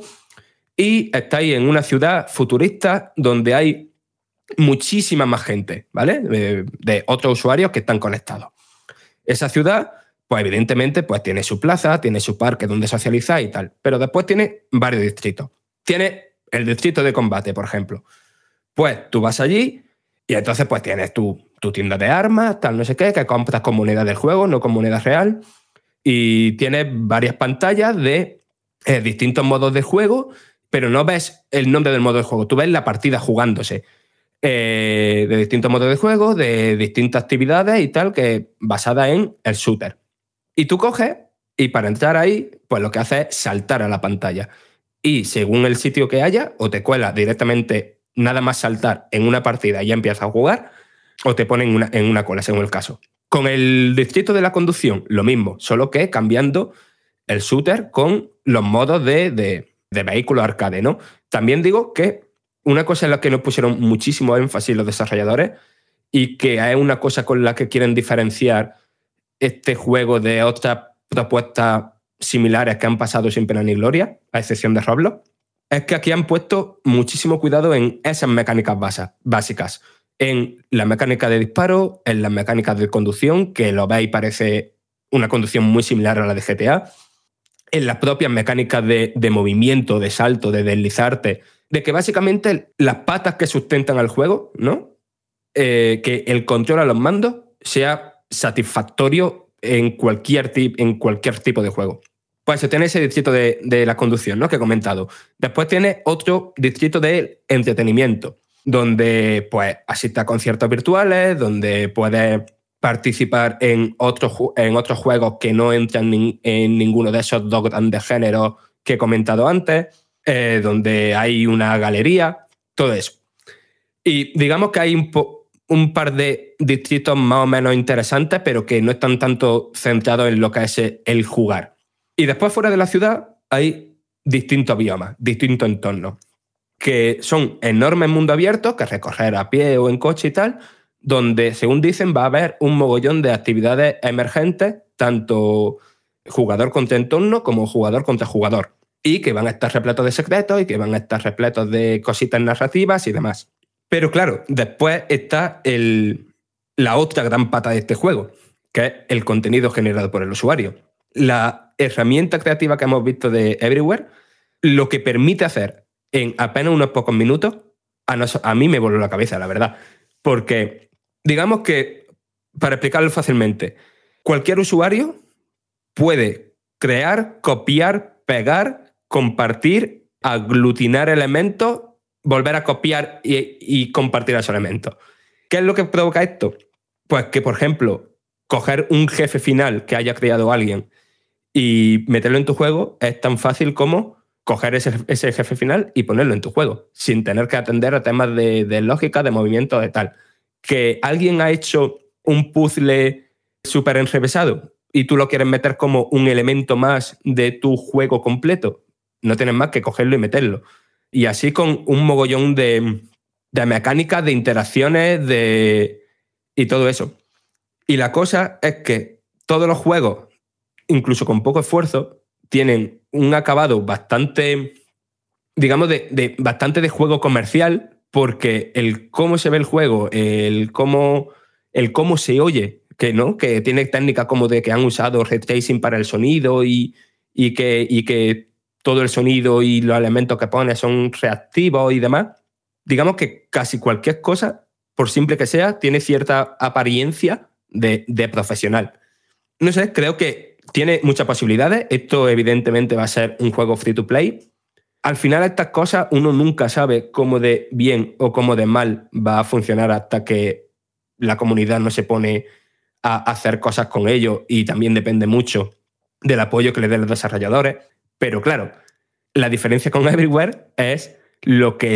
y estáis en una ciudad futurista donde hay muchísima más gente, ¿vale? De otros usuarios que están conectados. Esa ciudad, pues evidentemente, pues tiene su plaza, tiene su parque donde socializar y tal, pero después tiene varios distritos. Tiene el distrito de combate, por ejemplo. Pues tú vas allí y entonces pues tienes tu tienda de armas, tal no sé qué, que compras con moneda del juego, no con moneda real, y tienes varias pantallas de distintos modos de juego, pero no ves el nombre del modo de juego, tú ves la partida jugándose. De distintos modos de juego, de distintas actividades y tal, que basada en el shooter. Y tú coges y para entrar ahí, pues lo que haces es saltar a la pantalla. Y según el sitio que haya, o te cuelas directamente nada más saltar en una partida y ya empiezas a jugar, o te ponen en una cola, según el caso. Con el distrito de la conducción, lo mismo, solo que cambiando el shooter con los modos de vehículo arcade, ¿no? También digo que una cosa en la que nos pusieron muchísimo énfasis los desarrolladores y que es una cosa con la que quieren diferenciar este juego de otras propuestas similares que han pasado sin pena ni gloria, a excepción de Roblox, es que aquí han puesto muchísimo cuidado en esas mecánicas básicas, en la mecánica de disparo, en las mecánicas de conducción, que lo veis parece una conducción muy similar a la de GTA, en las propias mecánicas de movimiento, de salto, de deslizarte, de que básicamente las patas que sustentan al juego, ¿no? Que el control a los mandos sea satisfactorio en cualquier tipo de juego. Pues eso, tiene ese distrito de la conducción, ¿no? Que he comentado. Después tiene otro distrito de entretenimiento, donde pues asistes a conciertos virtuales, donde puedes participar en otros juegos que no entran en ninguno de esos dos grandes géneros que he comentado antes, donde hay una galería, todo eso. Y digamos que hay un par de distritos más o menos interesantes, pero que no están tanto centrados en lo que es el jugar. Y después fuera de la ciudad hay distintos biomas, distintos entornos, que son enormes mundos abiertos que recorrer a pie o en coche y tal, donde, según dicen, va a haber un mogollón de actividades emergentes, tanto jugador contra entorno como jugador contra jugador, y que van a estar repletos de secretos y que van a estar repletos de cositas narrativas y demás. Pero claro, después está la otra gran pata de este juego, que es el contenido generado por el usuario. La herramienta creativa que hemos visto de Everywhere, lo que permite hacer en apenas unos pocos minutos, a mí me voló la cabeza, la verdad. Porque, digamos que, para explicarlo fácilmente, cualquier usuario puede crear, copiar, pegar compartir, aglutinar elementos, volver a copiar y compartir esos elementos. ¿Qué es lo que provoca esto? Pues que, por ejemplo, coger un jefe final que haya creado alguien y meterlo en tu juego es tan fácil como coger ese jefe final y ponerlo en tu juego, sin tener que atender a temas de lógica, de movimiento, de tal. Que alguien ha hecho un puzzle súper enrevesado y tú lo quieres meter como un elemento más de tu juego completo, no tienes más que cogerlo y meterlo. Y así con un mogollón de mecánicas, de interacciones y todo eso. Y la cosa es que todos los juegos, incluso con poco esfuerzo, tienen un acabado bastante, digamos, bastante de juego comercial, porque el cómo se ve el juego, el cómo se oye, que tiene técnicas como de que han usado ray tracing para el sonido y que todo el sonido y los elementos que pone son reactivos y demás. Digamos que casi cualquier cosa, por simple que sea, tiene cierta apariencia de profesional. No sé, creo que tiene muchas posibilidades. Esto evidentemente va a ser un juego free to play. Al final estas cosas uno nunca sabe cómo de bien o cómo de mal va a funcionar hasta que la comunidad no se pone a hacer cosas con ello, y también depende mucho del apoyo que le den los desarrolladores. Pero claro, la diferencia con Everywhere es lo que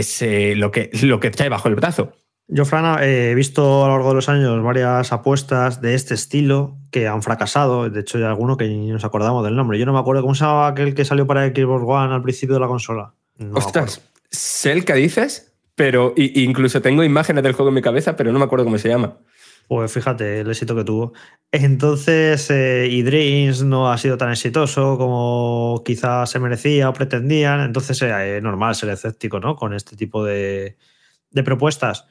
trae bajo el brazo. Yo, Fran, he visto a lo largo de los años varias apuestas de este estilo que han fracasado. De hecho, hay alguno que ni nos acordamos del nombre. Yo no me acuerdo cómo se llamaba aquel que salió para Xbox One al principio de la consola. No. Ostras, sé el que dices, pero incluso tengo imágenes del juego en mi cabeza, pero no me acuerdo cómo se llama. Pues fíjate el éxito que tuvo. Entonces, eDreams no ha sido tan exitoso como quizás se merecía o pretendían. Entonces, es normal ser escéptico, ¿no?, con este tipo de propuestas.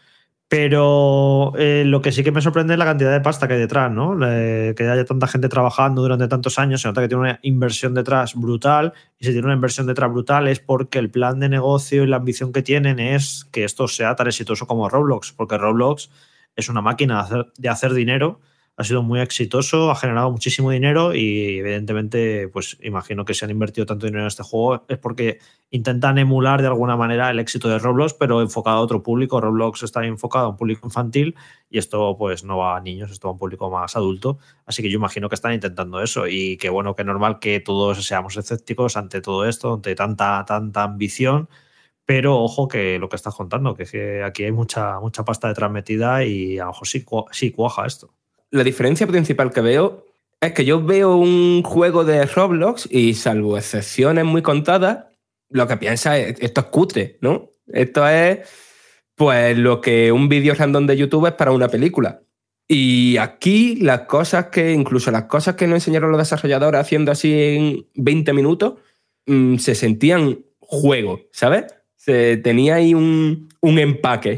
Pero lo que sí que me sorprende es la cantidad de pasta que hay detrás, ¿no? Que haya tanta gente trabajando durante tantos años. Se nota que tiene una inversión detrás brutal. Y si tiene una inversión detrás brutal es porque el plan de negocio y la ambición que tienen es que esto sea tan exitoso como Roblox. Porque Roblox es una máquina de hacer dinero. Ha sido muy exitoso, ha generado muchísimo dinero y evidentemente, pues imagino que se han invertido tanto dinero en este juego es porque intentan emular de alguna manera el éxito de Roblox, pero enfocado a otro público. Roblox está enfocado a un público infantil y esto pues no va a niños, esto va a un público más adulto. Así que yo imagino que están intentando eso y que bueno, que es normal que todos seamos escépticos ante todo esto, ante tanta ambición. Pero ojo que lo que estás contando, que es que aquí hay mucha pasta detrás metida y a lo mejor sí cuaja esto. La diferencia principal que veo es que yo veo un juego de Roblox y, salvo excepciones muy contadas, lo que piensa es esto es cutre, ¿no? Esto es pues lo que un vídeo random de YouTube es para una película. Y aquí incluso las cosas que nos enseñaron los desarrolladores haciendo así en 20 minutos, se sentían juego, ¿sabes? Tenía ahí un empaque.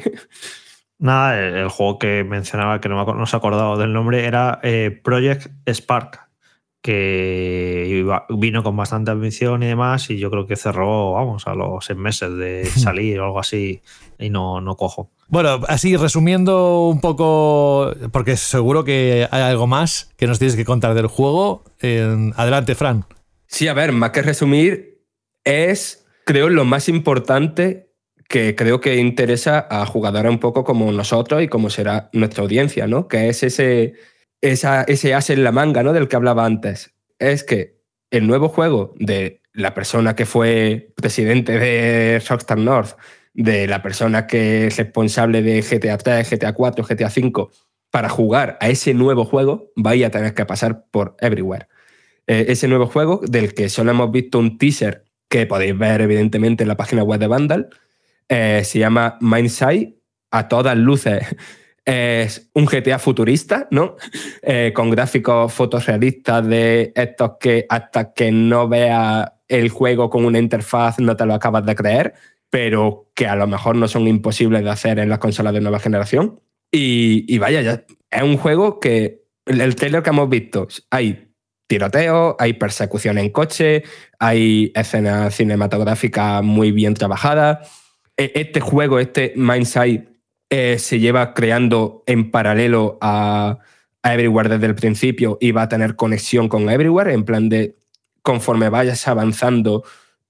Nada, el juego que mencionaba, que no se ha acordado del nombre, era Project Spark, que vino con bastante ambición y demás, y yo creo que cerró, vamos, a los 6 meses de salir o algo así, y no cojo. Bueno, así resumiendo un poco, porque seguro que hay algo más que nos tienes que contar del juego. Adelante, Fran. Sí, a ver, más que resumir, es, creo, lo más importante que creo que interesa a jugadores un poco como nosotros y como será nuestra audiencia, ¿no? Que es ese as en la manga, ¿no?, del que hablaba antes. Es que el nuevo juego de la persona que fue presidente de Rockstar North, de la persona que es responsable de GTA 3, GTA 4, GTA 5, para jugar a ese nuevo juego vaya a tener que pasar por Everywhere. Ese nuevo juego, del que solo hemos visto un teaser que podéis ver evidentemente en la página web de Vandal, se llama Mindside. A todas luces es un GTA futurista, ¿no? Con gráficos fotorrealistas de estos que hasta que no veas el juego con una interfaz no te lo acabas de creer, pero que a lo mejor no son imposibles de hacer en las consolas de nueva generación. Y vaya, ya es un juego que el trailer que hemos visto, hay tiroteo, hay persecución en coche, hay escenas cinematográficas muy bien trabajadas. Este juego, este Mindside, se lleva creando en paralelo a Everywhere desde el principio y va a tener conexión con Everywhere, en plan de conforme vayas avanzando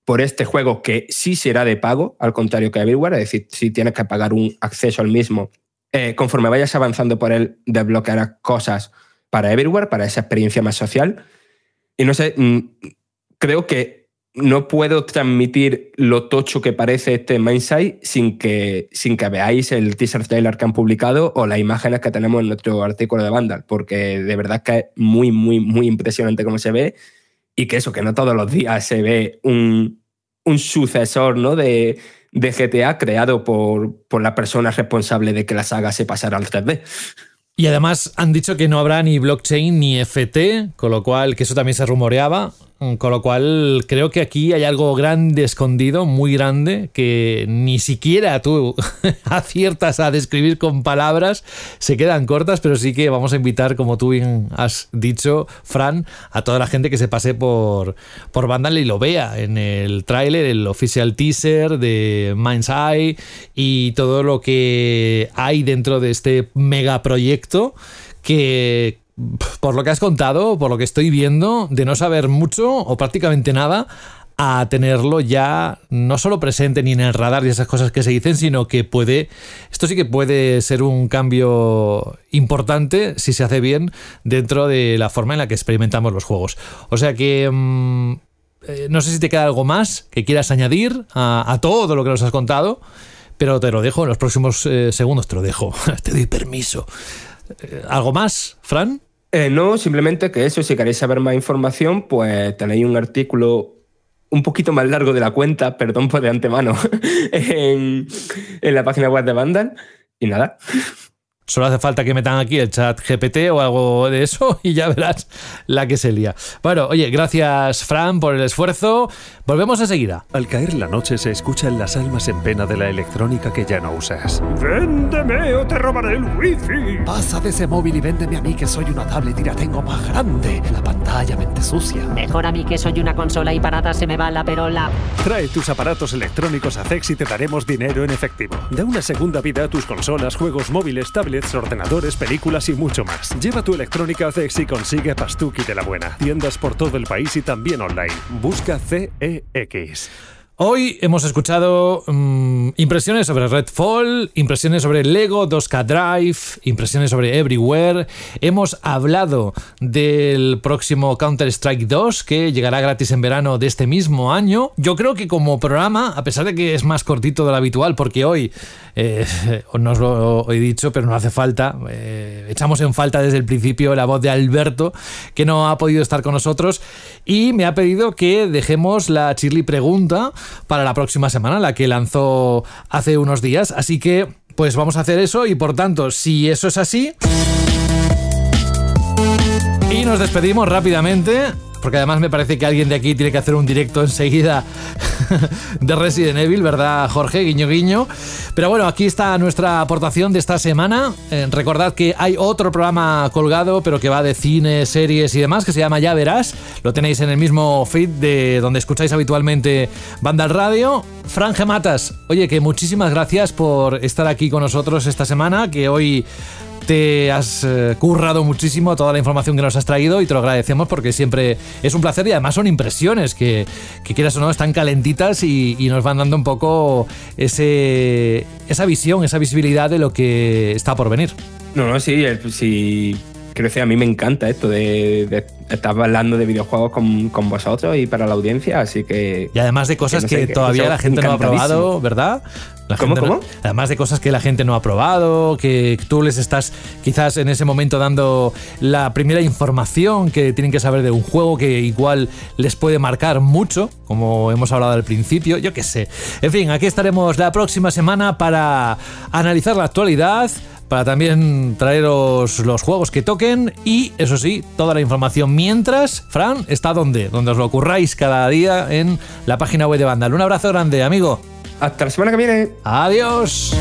por este juego que sí será de pago, al contrario que Everywhere, es decir, si tienes que pagar un acceso al mismo, conforme vayas avanzando por él, desbloquearás cosas para Everywhere, para esa experiencia más social. Y no sé, creo que no puedo transmitir lo tocho que parece este Mindside sin que veáis el teaser trailer que han publicado o las imágenes que tenemos en nuestro artículo de Vandal, porque de verdad que es muy, muy, muy impresionante cómo se ve y que no todos los días se ve un sucesor, ¿no?, de GTA creado por la persona responsable de que la saga se pasara al 3D. Y además han dicho que no habrá ni blockchain ni FT, con lo cual, que eso también se rumoreaba, con lo cual creo que aquí hay algo grande escondido, muy grande, que ni siquiera tú aciertas a describir con palabras, se quedan cortas, pero sí que vamos a invitar, como tú bien has dicho, Fran, a toda la gente que se pase por Vandal y lo vea en el tráiler, el official teaser de Mind's Eye y todo lo que hay dentro de este megaproyecto que, por lo que has contado, por lo que estoy viendo, de no saber mucho o prácticamente nada, a tenerlo ya no solo presente ni en el radar y esas cosas que se dicen, sino que esto sí que puede ser un cambio importante si se hace bien dentro de la forma en la que experimentamos los juegos. O sea que no sé si te queda algo más que quieras añadir a todo lo que nos has contado, pero te lo dejo en los próximos segundos, te lo dejo, te doy permiso. ¿Algo más, Fran? No, simplemente que eso, si queréis saber más información, pues tenéis un artículo un poquito más largo de la cuenta, perdón por de antemano, en la página web de Vandal. Y nada. Solo hace falta que metan aquí el chat GPT o algo de eso y ya verás la que se lía. Bueno, oye, gracias, Fran, por el esfuerzo. Volvemos enseguida. Al caer la noche se escuchan las almas en pena de la electrónica que ya no usas. ¡Véndeme o te robaré el wifi! Pasa de ese móvil y véndeme a mí, que soy una tablet y la tengo más grande. La pantalla mente sucia. Mejor a mí, que soy una consola y para nada se me va la perola. Trae tus aparatos electrónicos a CEX y te daremos dinero en efectivo. Da una segunda vida a tus consolas, juegos móviles, tablets, ordenadores, películas y mucho más. Lleva tu electrónica a CEX y consigue Pastuqui de la buena. Tiendas por todo el país y también online. Busca CEX. Hoy hemos escuchado impresiones sobre Redfall, impresiones sobre Lego 2K Drive, impresiones sobre Everywhere. Hemos hablado del próximo Counter-Strike 2 que llegará gratis en verano de este mismo año. Yo creo que como programa, a pesar de que es más cortito de lo habitual, porque hoy no os lo he dicho, pero no hace falta, echamos en falta desde el principio la voz de Alberto, que no ha podido estar con nosotros y me ha pedido que dejemos la Chirly pregunta para la próxima semana, la que lanzó hace unos días, así que pues vamos a hacer eso y por tanto, si eso es así, y nos despedimos rápidamente, porque además me parece que alguien de aquí tiene que hacer un directo enseguida de Resident Evil, ¿verdad, Jorge? Guiño, guiño. Pero bueno, aquí está nuestra aportación de esta semana. Recordad que hay otro programa colgado, pero que va de cine, series y demás, que se llama Ya Verás. Lo tenéis en el mismo feed de donde escucháis habitualmente Vandal Radio. Fran Gematas, oye, que muchísimas gracias por estar aquí con nosotros esta semana, que hoy te has currado muchísimo toda la información que nos has traído y te lo agradecemos porque siempre es un placer y además son impresiones que quieras o no están calentitas y nos van dando un poco esa visión, esa visibilidad de lo que está por venir. No, sí, quiero decir, a mí me encanta esto de estar hablando de videojuegos con vosotros y para la audiencia, así que... Y además de cosas que todavía la gente no ha probado, ¿verdad? ¿Cómo? Además de cosas que la gente no ha probado, que tú les estás quizás en ese momento dando la primera información que tienen que saber de un juego que igual les puede marcar mucho, como hemos hablado al principio, yo qué sé. En fin, aquí estaremos la próxima semana para analizar la actualidad, para también traeros los juegos que toquen y, eso sí, toda la información. Mientras, Fran está donde os lo curráis cada día en la página web de Vandal. Un abrazo grande, amigo. Hasta la semana que viene. Adiós.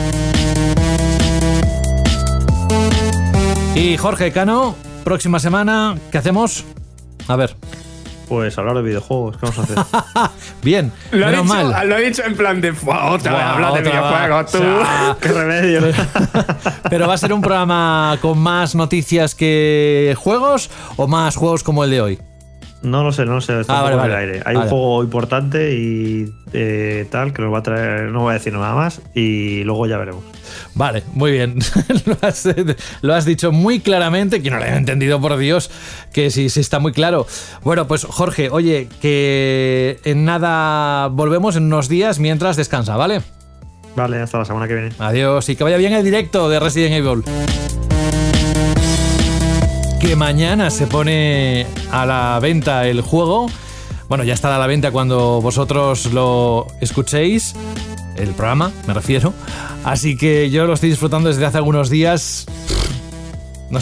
Y Jorge Cano, próxima semana, ¿qué hacemos? A ver. Pues hablar de videojuegos, ¿qué vamos a hacer? Bien, menos mal. Lo he dicho en plan de otra vez hablar de videojuegos, tú. ¡Qué remedio! ¿Pero va a ser un programa con más noticias que juegos o más juegos como el de hoy? No lo sé, está vale, en vale. el aire. Hay un juego importante y tal que nos va a traer, no voy a decir nada más y luego ya veremos. Vale, muy bien. Lo has dicho muy claramente, que no lo he entendido, por Dios, que sí está muy claro. Bueno, pues Jorge, oye, que en nada volvemos en unos días mientras descansa, ¿vale? Vale, hasta la semana que viene. Adiós y que vaya bien el directo de Resident Evil. Que mañana se pone a la venta el juego. Bueno, ya estará a la venta cuando vosotros lo escuchéis. El programa, me refiero. Así que yo lo estoy disfrutando desde hace algunos días. No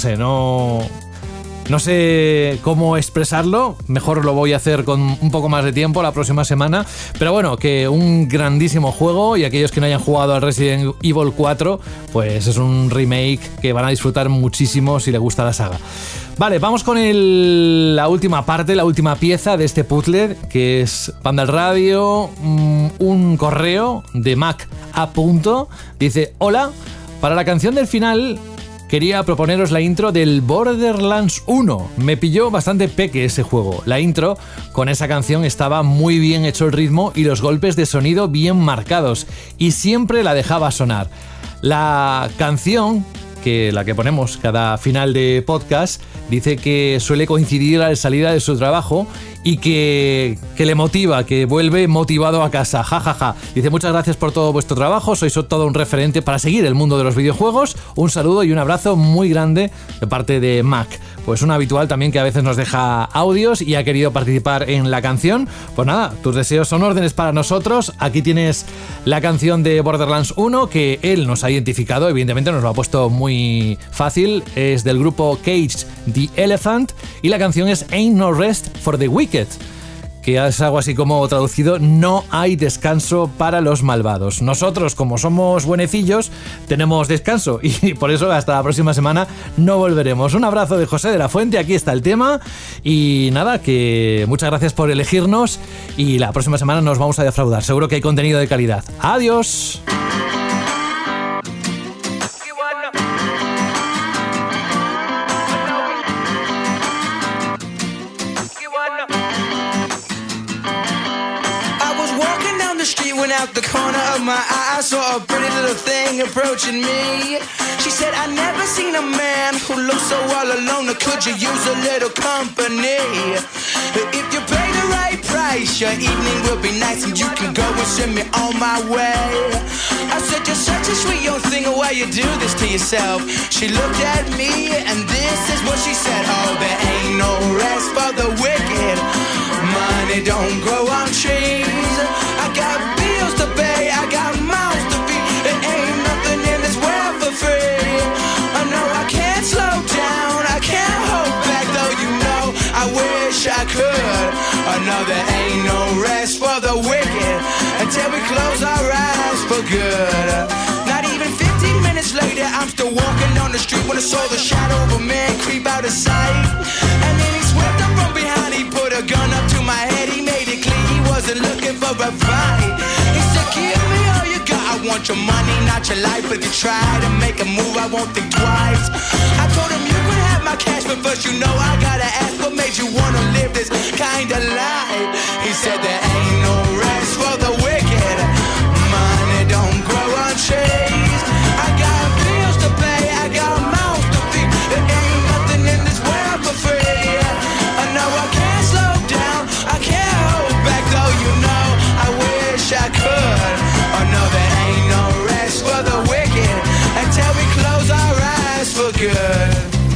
sé cómo expresarlo. Mejor lo voy a hacer con un poco más de tiempo la próxima semana. Pero bueno, que un grandísimo juego. Y aquellos que no hayan jugado al Resident Evil 4, pues es un remake que van a disfrutar muchísimo si les gusta la saga. Vale, vamos con la última parte, la última pieza de este puzzle, que es Panda al Radio. Un correo de Mac a punto. Dice: hola, para la canción del final quería proponeros la intro del Borderlands 1. Me pilló bastante peque ese juego. La intro con esa canción estaba muy bien hecho el ritmo y los golpes de sonido bien marcados, y siempre la dejaba sonar. La canción, la que ponemos cada final de podcast, dice que suele coincidir a la salida de su trabajo y que le motiva, que vuelve motivado a casa. Ja. Dice: muchas gracias por todo vuestro trabajo, sois todo un referente para seguir el mundo de los videojuegos. Un saludo y un abrazo muy grande de parte de Mac. Pues un habitual también que a veces nos deja audios y ha querido participar en la canción. Pues nada, tus deseos son órdenes para nosotros. Aquí tienes la canción de Borderlands 1 que él nos ha identificado, evidentemente nos lo ha puesto muy fácil. Es del grupo Cage the Elephant y la canción es Ain't No Rest for the Wicked, que es algo así como traducido: no hay descanso para los malvados. Nosotros, como somos buenecillos, tenemos descanso y por eso hasta la próxima semana no volveremos. Un abrazo de José de la Fuente, aquí está el tema y nada, que muchas gracias por elegirnos y la próxima semana nos vamos a defraudar. Seguro que hay contenido de calidad. ¡Adiós! Out the corner of my eye, I saw a pretty little thing approaching me. She said, I never seen a man who looks so all alone, or could you use a little company? If you pay the right price, your evening will be nice and you can go and send me on my way. I said, you're such a sweet young thing, why you do this to yourself? She looked at me and this is what she said: oh, there ain't no rest for the wicked. Money don't grow on trees. I got bills to pay, I got mouths to feed. There ain't nothing in this world for free. I know I can't slow down, I can't hold back, though you know I wish I could. I know there ain't no rest for the wicked until we close our eyes for good. Not even 15 minutes later, I'm still walking on the street when I saw the shadow of a man creep out of sight. And then he swept up from behind, he put a gun up to my head, he made it clear he wasn't looking for a fight. He said, give me all you got, I want your money, not your life. If you try to make a move, I won't think twice. I told him you could have my cash, but first you know I gotta ask, what made you wanna live this kind of life? He said there ain't no rest for the wicked. Money don't grow on trees. I got bills to pay, I got mouths to feed. There ain't nothing in this world for free. I know I can't slow down, I can't hold back, though you know I wish I could. Oh no, there ain't no rest for the wicked until we close our eyes for good.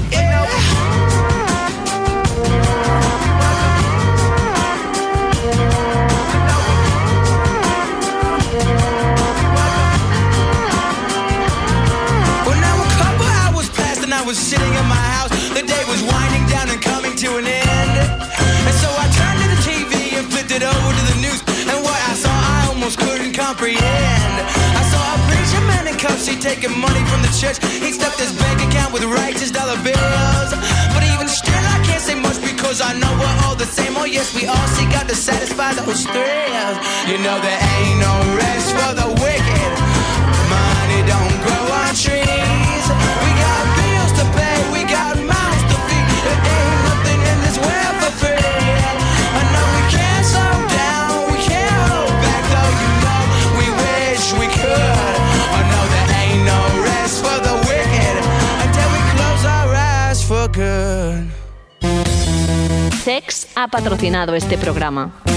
I was sitting in my house, the day was winding down and coming to an end. And so I turned to the TV and flipped it over to the news, and what I saw I almost couldn't comprehend. I saw a preacher man in cuffs, he taking money from the church. He stuffed his bank account with righteous dollar bills. But even still I can't say much because I know we're all the same. Oh yes, we all seek out to satisfy those thrills. You know there ain't no rest for the wicked. Money don't grow on trees. We got bills to pay, we got mouths to feed. There ain't nothing in this world for free. ha patrocinado este programa.